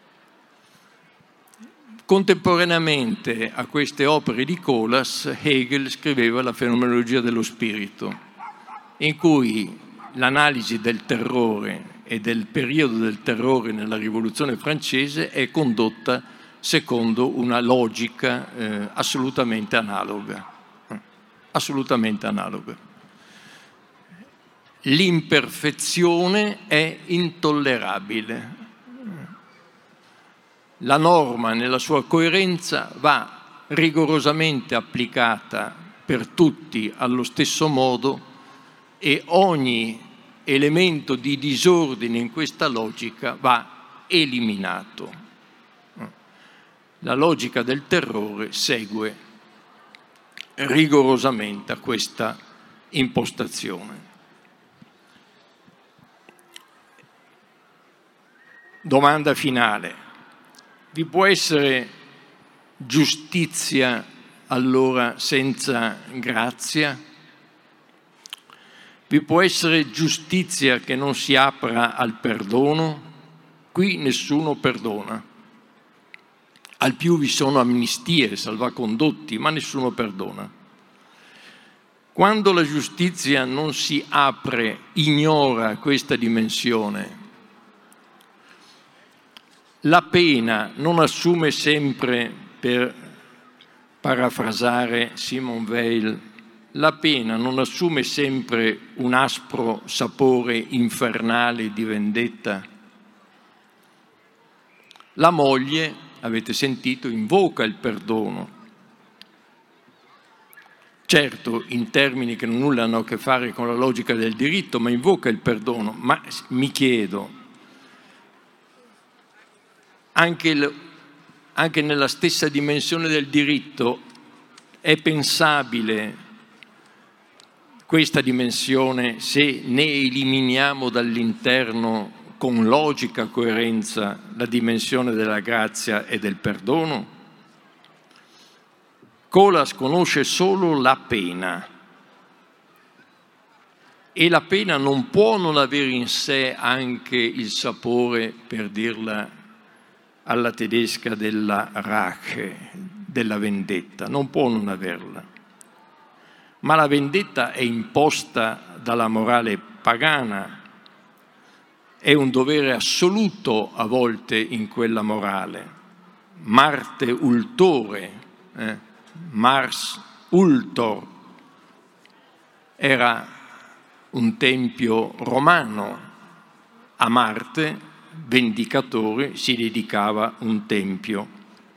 Contemporaneamente a queste opere di Colas, Hegel scriveva la fenomenologia dello spirito, in cui l'analisi del terrore e del periodo del terrore nella Rivoluzione francese è condotta secondo una logica assolutamente analoga. L'imperfezione è intollerabile. La norma nella sua coerenza va rigorosamente applicata per tutti allo stesso modo e ogni elemento di disordine in questa logica va eliminato. La logica del terrore segue rigorosamente a questa impostazione. Domanda finale. Vi può essere giustizia allora senza grazia? Vi può essere giustizia che non si apra al perdono? Qui nessuno perdona. Al più vi sono amnistie, salvacondotti, ma nessuno perdona. Quando la giustizia non si apre, ignora questa dimensione. La pena non assume sempre, per parafrasare Simone Weil, la pena non assume sempre un aspro sapore infernale di vendetta. La moglie, avete sentito, invoca il perdono. Certo, in termini che nulla hanno a che fare con la logica del diritto, ma invoca il perdono. Ma mi chiedo, anche nella stessa dimensione del diritto è pensabile questa dimensione se ne eliminiamo dall'interno con logica coerenza la dimensione della grazia e del perdono? Colas conosce solo la pena e la pena non può non avere in sé anche il sapore, per dirla alla tedesca, della Rache, della vendetta, non può non averla. Ma la vendetta è imposta dalla morale pagana, è un dovere assoluto a volte in quella morale. Marte ultore, Mars ultor, era un tempio romano. A Marte, vendicatore, si dedicava un tempio.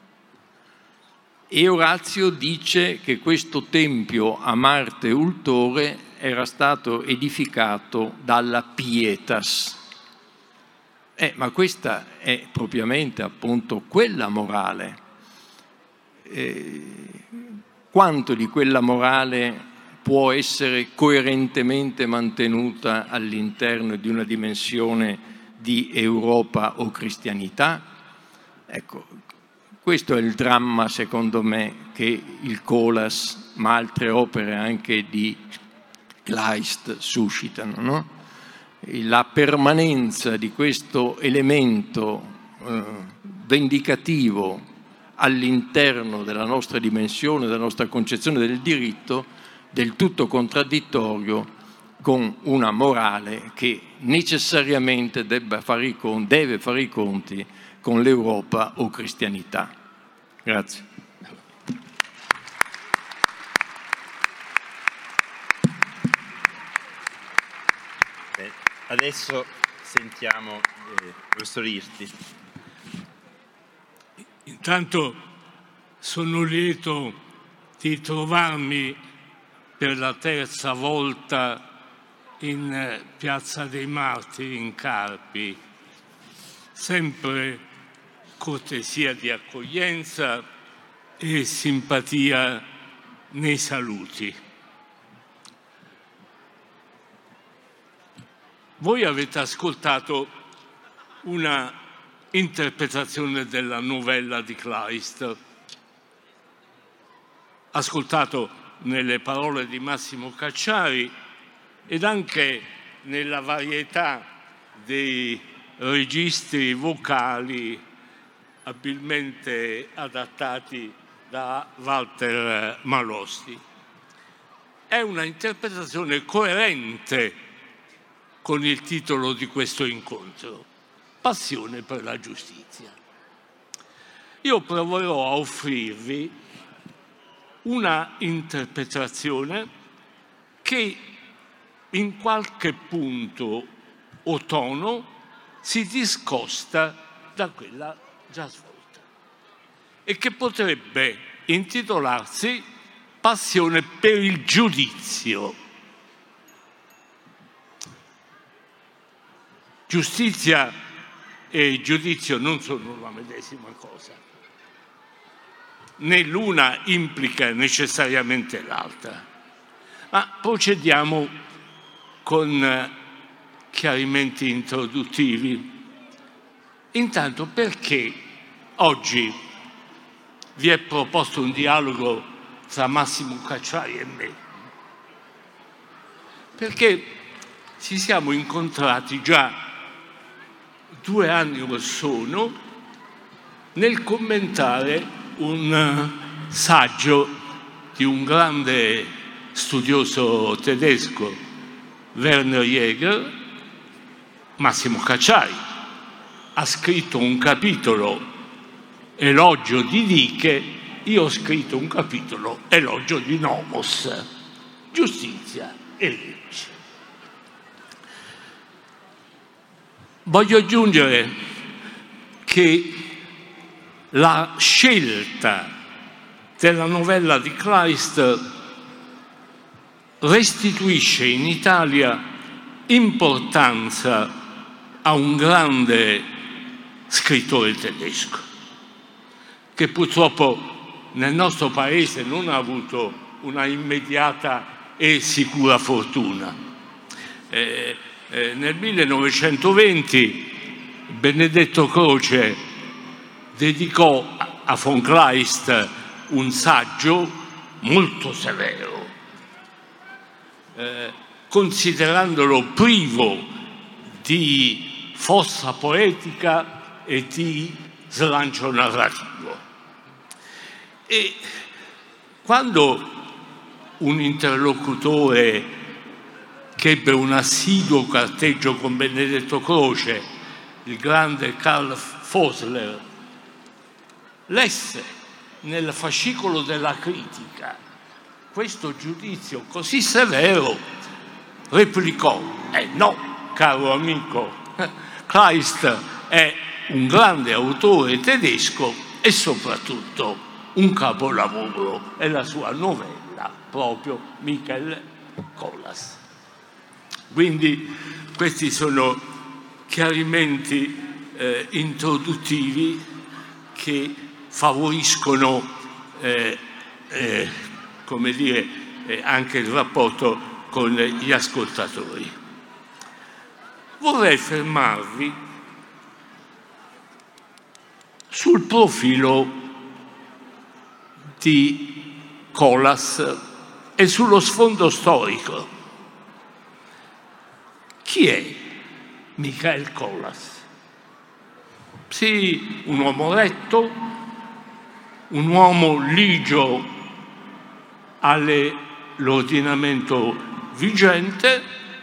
E Orazio dice che questo tempio a Marte ultore era stato edificato dalla pietas. Ma questa è propriamente appunto quella morale. Quanto di quella morale può essere coerentemente mantenuta all'interno di una dimensione di Europa o cristianità? Ecco, Questo è il dramma, secondo me, che il Colas, ma altre opere anche di Kleist suscitano, no? La permanenza di questo elemento vendicativo all'interno della nostra dimensione, della nostra concezione del diritto, del tutto contraddittorio con una morale che necessariamente deve fare i conti con l'Europa o cristianità. Grazie. Adesso sentiamo il professor Irti. Intanto sono lieto di trovarmi per la terza volta in Piazza dei Martiri in Carpi, sempre cortesia di accoglienza e simpatia nei saluti. Voi avete ascoltato una interpretazione della novella di Kleist, ascoltato nelle parole di Massimo Cacciari ed anche nella varietà dei registri vocali abilmente adattati da Walter Malosti. È una interpretazione coerente con il titolo di questo incontro, Passione per la giustizia. Io proverò a offrirvi una interpretazione che in qualche punto o tono si discosta da quella già svolta e che potrebbe intitolarsi Passione per il giudizio. Giustizia e giudizio non sono la medesima cosa, né l'una implica necessariamente l'altra. Ma procediamo con chiarimenti introduttivi. Intanto, perché oggi vi è proposto un dialogo tra Massimo Cacciari e me? Perché ci siamo incontrati già 2 anni or sono nel commentare un saggio di un grande studioso tedesco, Werner Jäger. Massimo Cacciari ha scritto un capitolo elogio di Diche, io ho scritto un capitolo elogio di Nomos, giustizia e legge. Voglio aggiungere che la scelta della novella di Kleist restituisce in Italia importanza a un grande scrittore tedesco, che purtroppo nel nostro paese non ha avuto una immediata e sicura fortuna. Nel 1920 Benedetto Croce dedicò a von Kleist un saggio molto severo, considerandolo privo di fossa poetica e di slancio narrativo. E quando un interlocutore che ebbe un assiduo carteggio con Benedetto Croce, il grande Karl Fosler, lesse nel fascicolo della critica questo giudizio così severo, replicò: no, caro amico, Kleist è un grande autore tedesco e soprattutto un capolavoro, è la sua novella, proprio Michael Kohlhaas. Quindi questi sono chiarimenti introduttivi che favoriscono come dire, anche il rapporto con gli ascoltatori. Vorrei fermarvi sul profilo di Colas è sullo sfondo storico. Chi è Michael Colas? Sì, un uomo retto, un uomo ligio all'ordinamento vigente.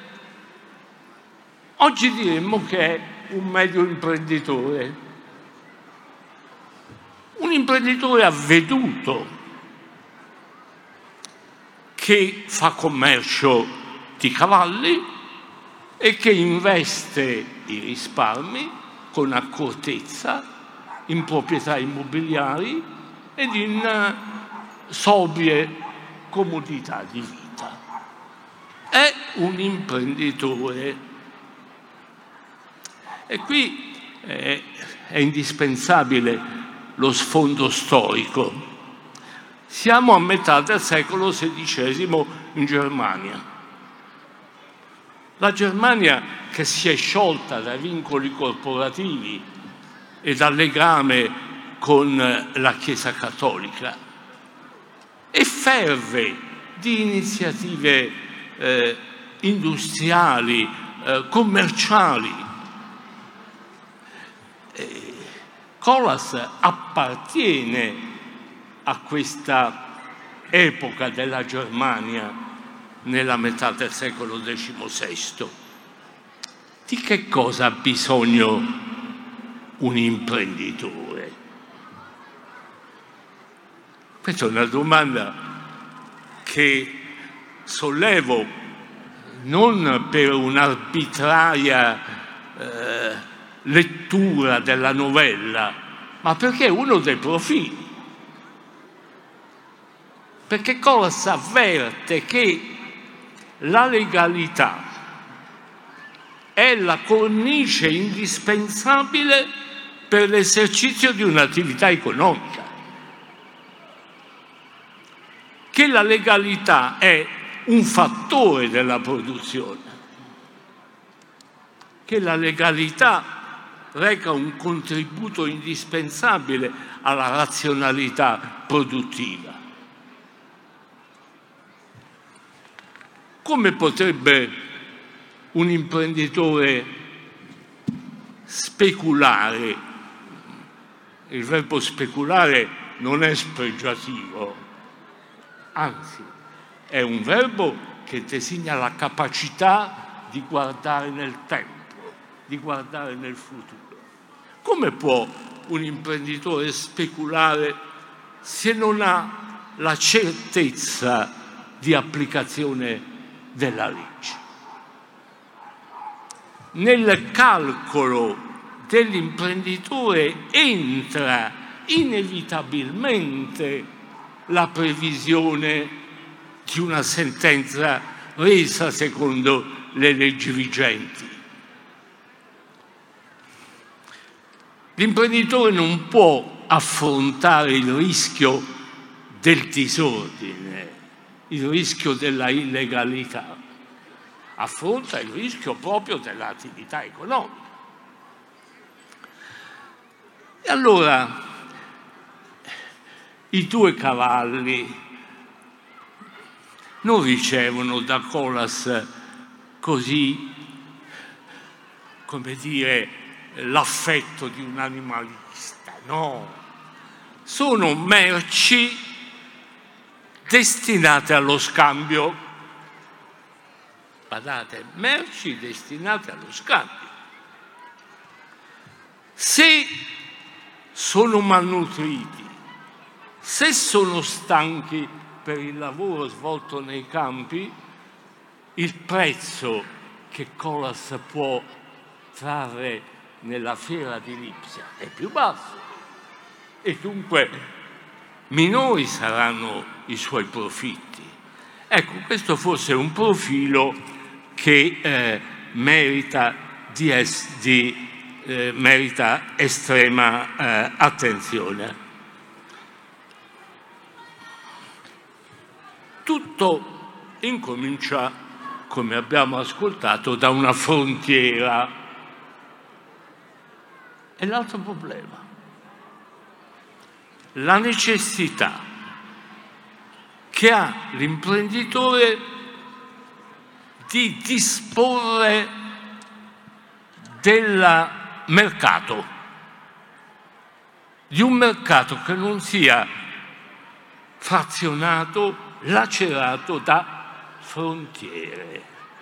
Oggi diremmo che è un medio imprenditore, un imprenditore avveduto che fa commercio di cavalli e che investe i risparmi con accortezza in proprietà immobiliari ed in sobrie comodità di vita. È un imprenditore. E qui è indispensabile lo sfondo storico. Siamo a metà del secolo XVI in Germania. La Germania, che si è sciolta dai vincoli corporativi e dal legame con la Chiesa cattolica, e ferve di iniziative industriali, commerciali. Colas appartiene a questa epoca della Germania nella metà del secolo XVI. Di che cosa ha bisogno un imprenditore? Questa è una domanda che sollevo non per un'arbitraria lettura della novella, ma perché è uno dei profili. Perché Colas avverte che la legalità è la cornice indispensabile per l'esercizio di un'attività economica, che la legalità è un fattore della produzione, che la legalità reca un contributo indispensabile alla razionalità produttiva. Come potrebbe un imprenditore speculare? Il verbo speculare non è spregiativo, anzi è un verbo che designa la capacità di guardare nel tempo, di guardare nel futuro. Come può un imprenditore speculare se non ha la certezza di applicazione della legge? Nel calcolo dell'imprenditore entra inevitabilmente la previsione di una sentenza resa secondo le leggi vigenti. L'imprenditore non può affrontare il rischio del disordine, il rischio della illegalità, affronta il rischio proprio dell'attività economica. E allora i due cavalli non ricevono da Colas così, come dire, l'affetto di un animalista, no, sono merci destinate allo scambio. Guardate, merci destinate allo scambio. Se sono malnutriti, se sono stanchi per il lavoro svolto nei campi, il prezzo che Colas può trarre nella fiera di Lipsia è più basso e dunque minori saranno i suoi profitti. Ecco, questo forse è un profilo che merita estrema attenzione. Tutto incomincia, come abbiamo ascoltato, da una frontiera. E l'altro problema, la necessità che ha l'imprenditore di disporre del mercato, di un mercato che non sia frazionato, lacerato da frontiere.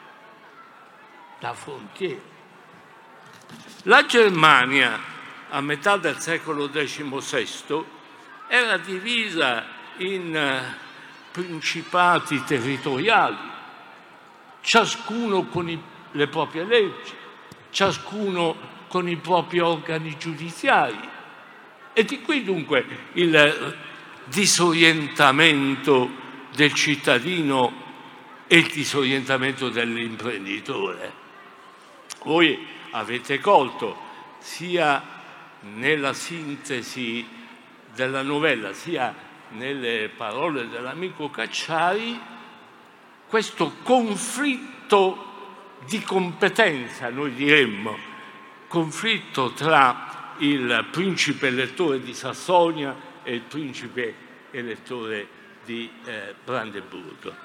La Germania, a metà del secolo XVI, era divisa in principati territoriali, ciascuno con le proprie leggi, ciascuno con i propri organi giudiziari. E di qui dunque il disorientamento del cittadino e il disorientamento dell'imprenditore. Voi avete colto, sia nella sintesi della novella, sia nelle parole dell'amico Cacciari, questo conflitto di competenza, noi diremmo, conflitto tra il principe elettore di Sassonia e il principe elettore di Brandeburgo.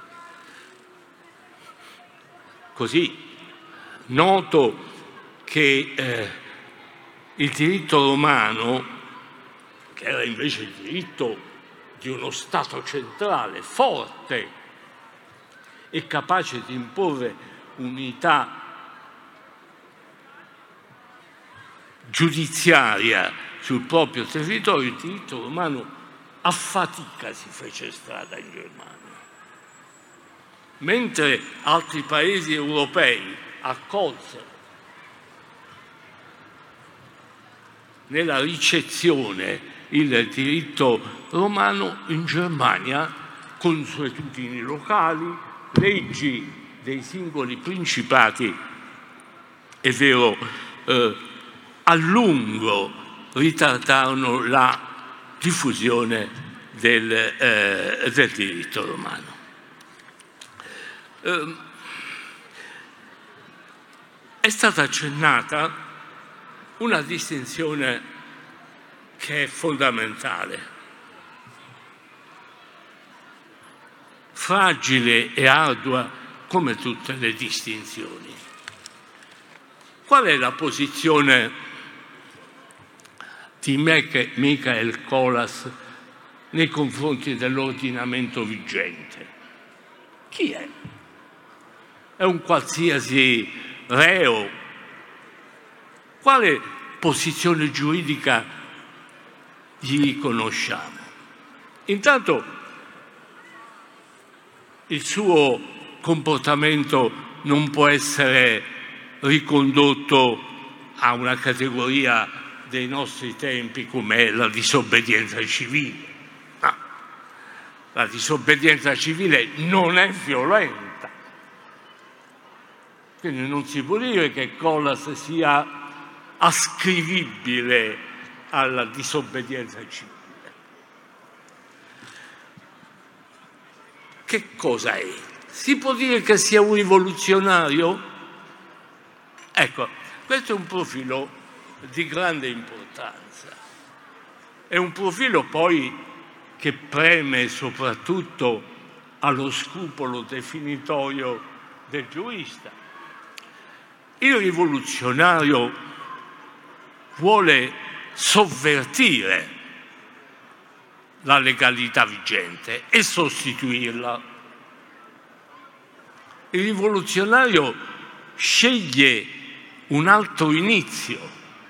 Così noto che il diritto romano, che era invece il diritto di uno Stato centrale forte e capace di imporre unità giudiziaria sul proprio territorio, il diritto romano a fatica si fece strada in Germania. Mentre altri paesi europei accolsero nella ricezione il diritto romano, in Germania consuetudini locali, leggi dei singoli principati, è vero, a lungo ritardarono la diffusione del diritto romano. È stata accennata una distinzione che è fondamentale, fragile e ardua come tutte le distinzioni. Qual è la posizione di Michael Colas nei confronti dell'ordinamento vigente? Chi è? È un qualsiasi reo? Quale posizione giuridica gli riconosciamo? Intanto il suo comportamento non può essere ricondotto a una categoria dei nostri tempi come la disobbedienza civile. No. La disobbedienza civile non è violenta, quindi non si può dire che Colas sia ascrivibile alla disobbedienza civile. Che cosa è? Si può dire che sia un rivoluzionario? Ecco, questo è un profilo di grande importanza. È un profilo poi che preme soprattutto allo scrupolo definitorio del giurista. Il rivoluzionario vuole sovvertire la legalità vigente e sostituirla. Il rivoluzionario sceglie un altro inizio,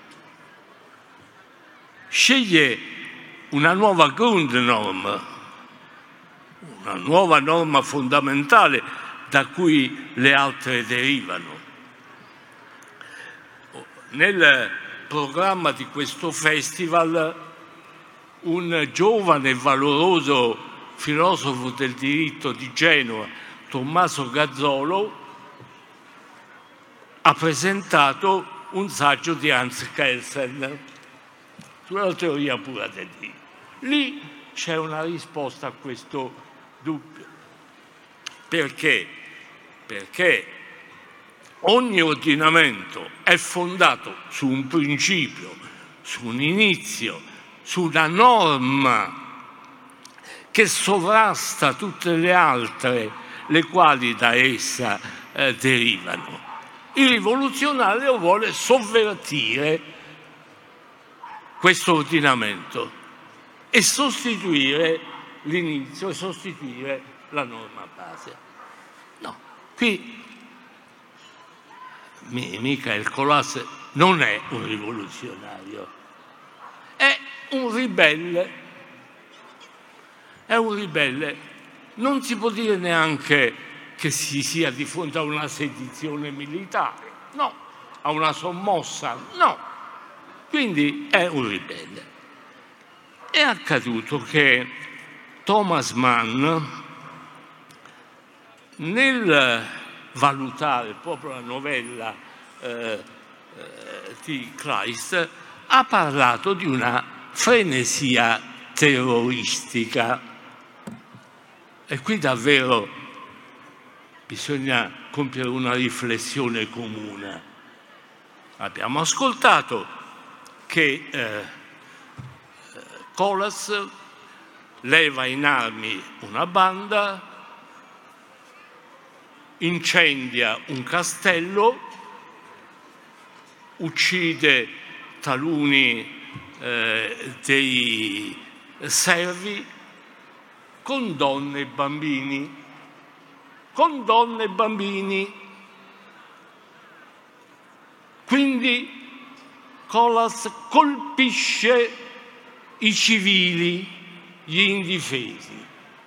sceglie una nuova Grundnorm, una nuova norma fondamentale da cui le altre derivano. Nel programma di questo festival un giovane e valoroso filosofo del diritto di Genova, Tommaso Gazzolo, ha presentato un saggio di Hans Kelsen sulla teoria pura del diritto. Lì c'è una risposta a questo dubbio. Perché? Perché ogni ordinamento è fondato su un principio, su un inizio, su una norma che sovrasta tutte le altre, le quali da essa derivano. Il rivoluzionario vuole sovvertire questo ordinamento e sostituire l'inizio, sostituire la norma base. No, qui Michael Colas non è un rivoluzionario, è un ribelle. È un ribelle. Non si può dire neanche che si sia di fronte a una sedizione militare, no, a una sommossa, no. Quindi è un ribelle. È accaduto che Thomas Mann, nel valutare proprio la novella di Kleist, ha parlato di una frenesia terroristica. E qui davvero bisogna compiere una riflessione comune. Abbiamo ascoltato che Colas leva in armi una banda, incendia un castello, uccide taluni dei servi con donne e bambini. Con donne e bambini. Quindi Colas colpisce i civili, gli indifesi.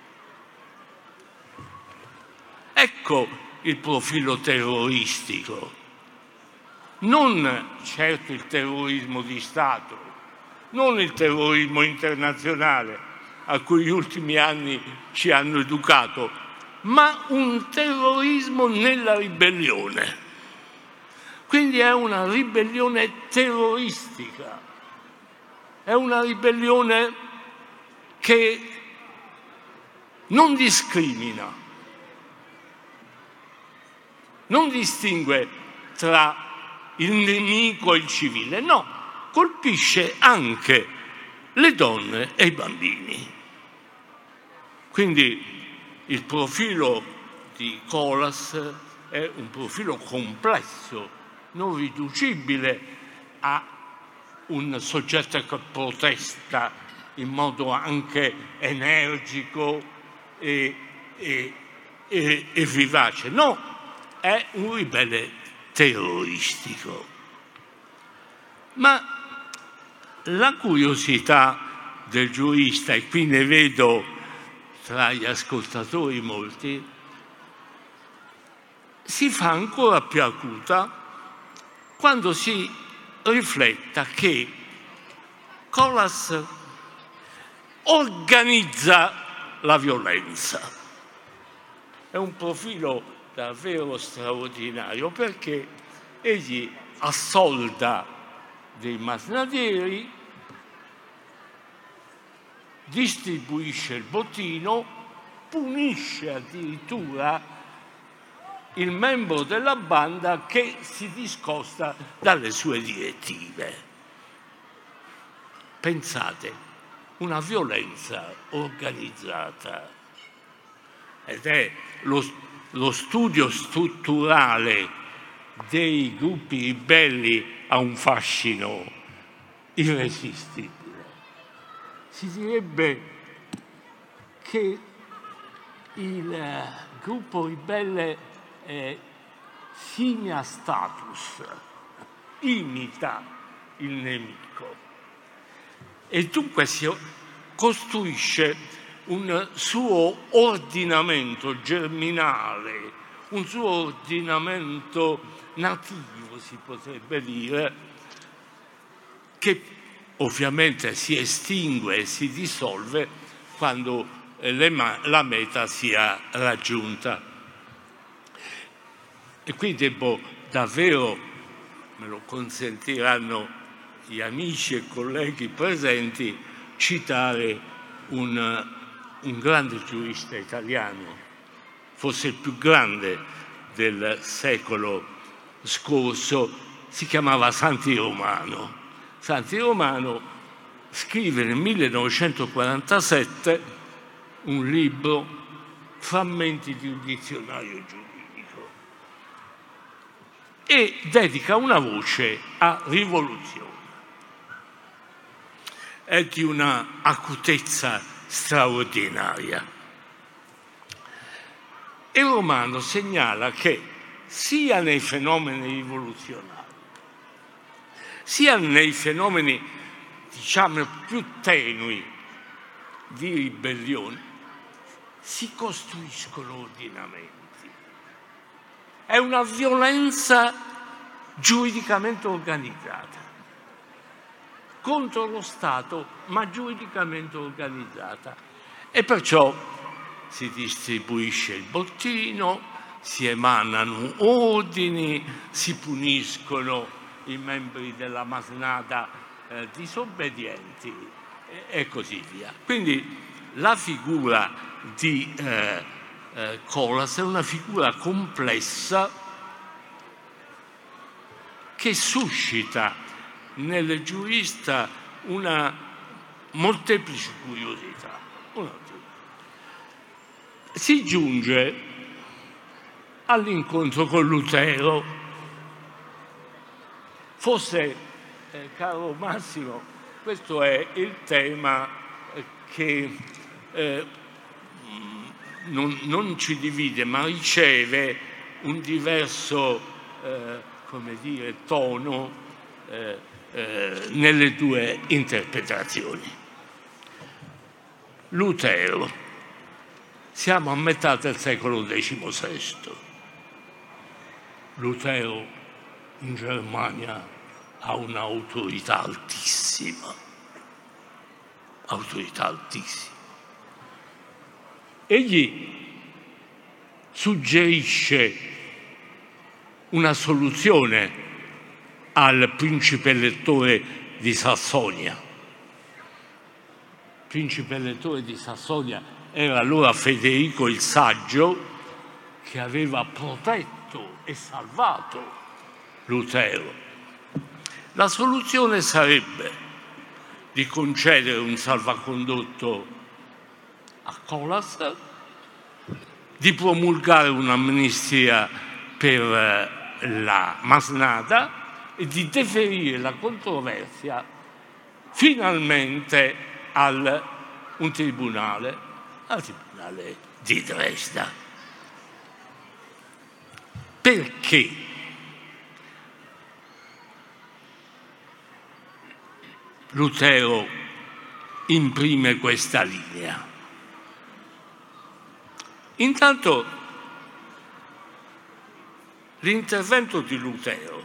Ecco il profilo terroristico. Non certo il terrorismo di Stato, non il terrorismo internazionale a cui gli ultimi anni ci hanno educato, ma un terrorismo nella ribellione. Quindi è una ribellione terroristica, è una ribellione che non discrimina, non distingue tra il nemico e il civile, no, colpisce anche le donne e i bambini. Quindi il profilo di Colas è un profilo complesso, non riducibile a un soggetto che protesta in modo anche energico e vivace. No, è un ribelle terroristico. Ma la curiosità del giurista, e qui ne vedo tra gli ascoltatori molti, si fa ancora più acuta quando si rifletta che Colas organizza la violenza. È un profilo davvero straordinario perché egli assolda dei masnadieri, distribuisce il bottino, punisce addirittura il membro della banda che si discosta dalle sue direttive. Pensate, una violenza organizzata. Ed è lo studio strutturale dei gruppi ribelli ha un fascino irresistibile. Si direbbe che il gruppo ribelle simia status, imita il nemico e dunque si costruisce un suo ordinamento germinale, un suo ordinamento nativo, si potrebbe dire, che ovviamente si estingue e si dissolve quando la meta sia raggiunta. E qui devo davvero, me lo consentiranno gli amici e colleghi presenti, citare un grande giurista italiano, forse il più grande del secolo scorso, si chiamava Santi Romano. Santi Romano scrive nel 1947 un libro, Frammenti di un dizionario giuridico, e dedica una voce a rivoluzione. È di una acutezza straordinaria. Il romanzo segnala che sia nei fenomeni rivoluzionari, sia nei fenomeni, diciamo, più tenui di ribellione, si costruiscono ordinamenti. È una violenza giuridicamente organizzata contro lo Stato, ma giuridicamente organizzata. E perciò si distribuisce il bottino, si emanano ordini, si puniscono i membri della masnada disobbedienti e così via. Quindi la figura di Colas è una figura complessa che suscita nel giurista una molteplice curiosità. Si giunge all'incontro con Lutero. Forse, caro Massimo, questo è il tema che non ci divide, ma riceve un diverso, come dire, tono nelle due interpretazioni. Lutero, siamo a metà del secolo XVI. Lutero in Germania ha un'autorità altissima, Egli suggerisce una soluzione al principe elettore di Sassonia. Il principe elettore di Sassonia era allora Federico il Saggio, che aveva protetto e salvato Lutero. La soluzione sarebbe di concedere un salvacondotto a Colas, di promulgare un'amnistia per la masnada e di deferire la controversia finalmente al tribunale di Dresda. Perché? Lutero imprime questa linea. Intanto l'intervento di Lutero,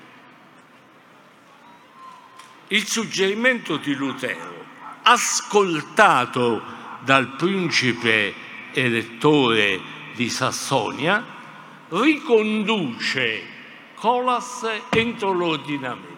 il suggerimento di Lutero, ascoltato dal principe elettore di Sassonia, riconduce Colas entro l'ordinamento.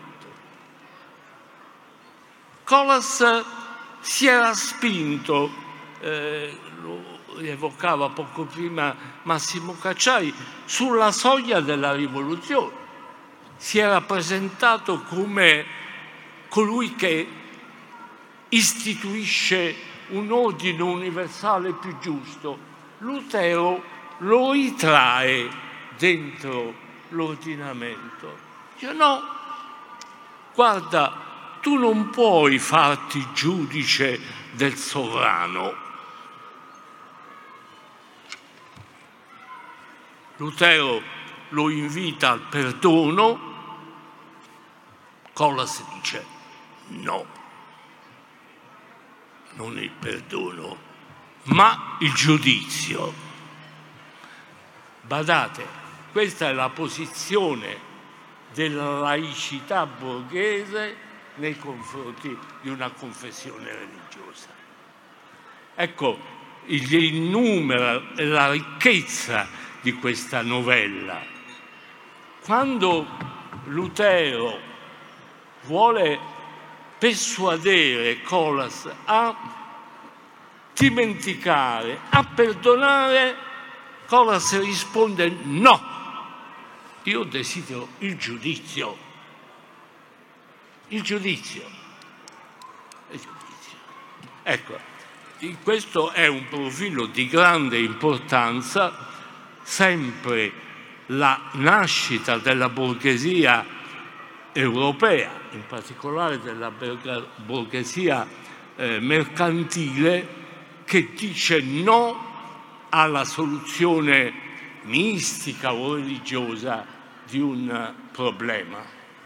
Colas si era spinto, lo evocava poco prima Massimo Cacciari, sulla soglia della rivoluzione. Si era presentato come colui che istituisce un ordine universale più giusto. Lutero lo ritrae dentro l'ordinamento. Dice: no, guarda, tu non puoi farti giudice del sovrano. Lutero lo invita al perdono. Colas dice: no, non il perdono, ma il giudizio. Badate, questa è la posizione della laicità borghese nei confronti di una confessione religiosa. Ecco il numero e la ricchezza di questa novella. Quando Lutero vuole persuadere Colas a dimenticare, a perdonare, Colas risponde: no, io desidero il giudizio. Il giudizio. Ecco, questo è un profilo di grande importanza, sempre la nascita della borghesia europea, in particolare della borghesia mercantile, che dice no alla soluzione mistica o religiosa di un problema.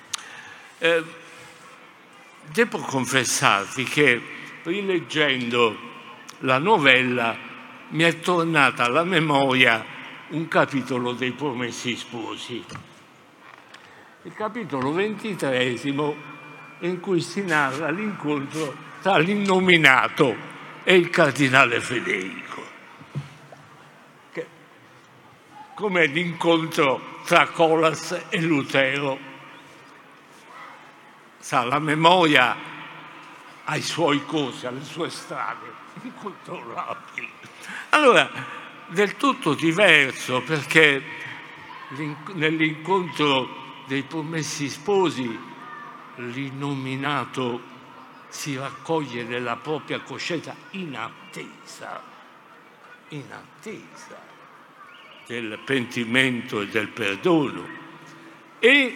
Devo confessarvi che rileggendo la novella mi è tornata alla memoria un capitolo dei Promessi Sposi, il capitolo 23, in cui si narra l'incontro tra l'innominato e il cardinale Federico, che, come l'incontro tra Colas e Lutero. Sa, la memoria ha i suoi corsi, ha le sue strade incontrollabili. Allora, del tutto diverso, perché nell'incontro dei Promessi Sposi l'innominato si raccoglie nella propria coscienza in attesa del pentimento e del perdono. E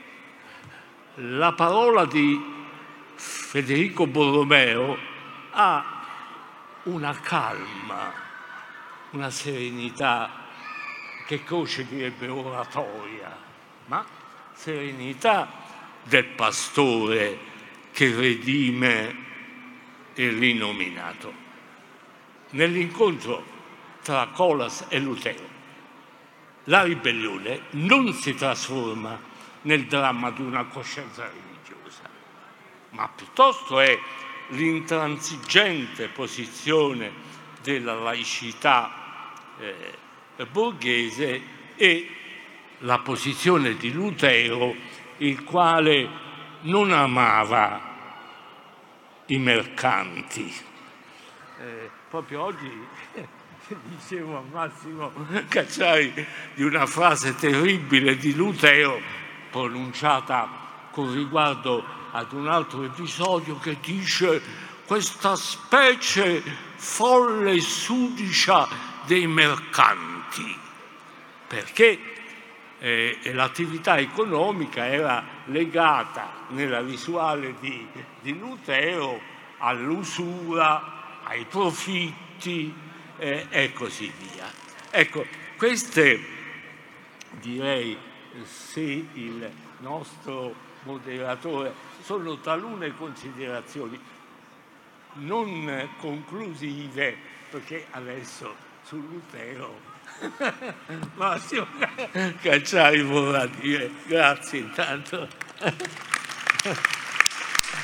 la parola di Federico Borromeo ha una calma, una serenità che Croce direbbe oratoria, ma serenità del pastore che redime l'innominato. Nell'incontro tra Colas e Lutero, la ribellione non si trasforma nel dramma di una coscienza religiosa, ma piuttosto è l'intransigente posizione della laicità borghese e la posizione di Lutero, il quale non amava i mercanti. Proprio oggi dicevo a Massimo Cacciari di una frase terribile di Lutero pronunciata con riguardo ad un altro episodio, che dice: questa specie folle e sudicia dei mercanti, perché l'attività economica era legata nella visuale di Lutero all'usura, ai profitti e così via. Ecco, queste, direi, se il nostro moderatore, sono talune considerazioni non conclusive, perché adesso su Lutero Massimo Cacciari vorrà dire. Grazie intanto.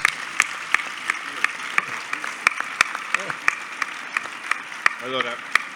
Allora,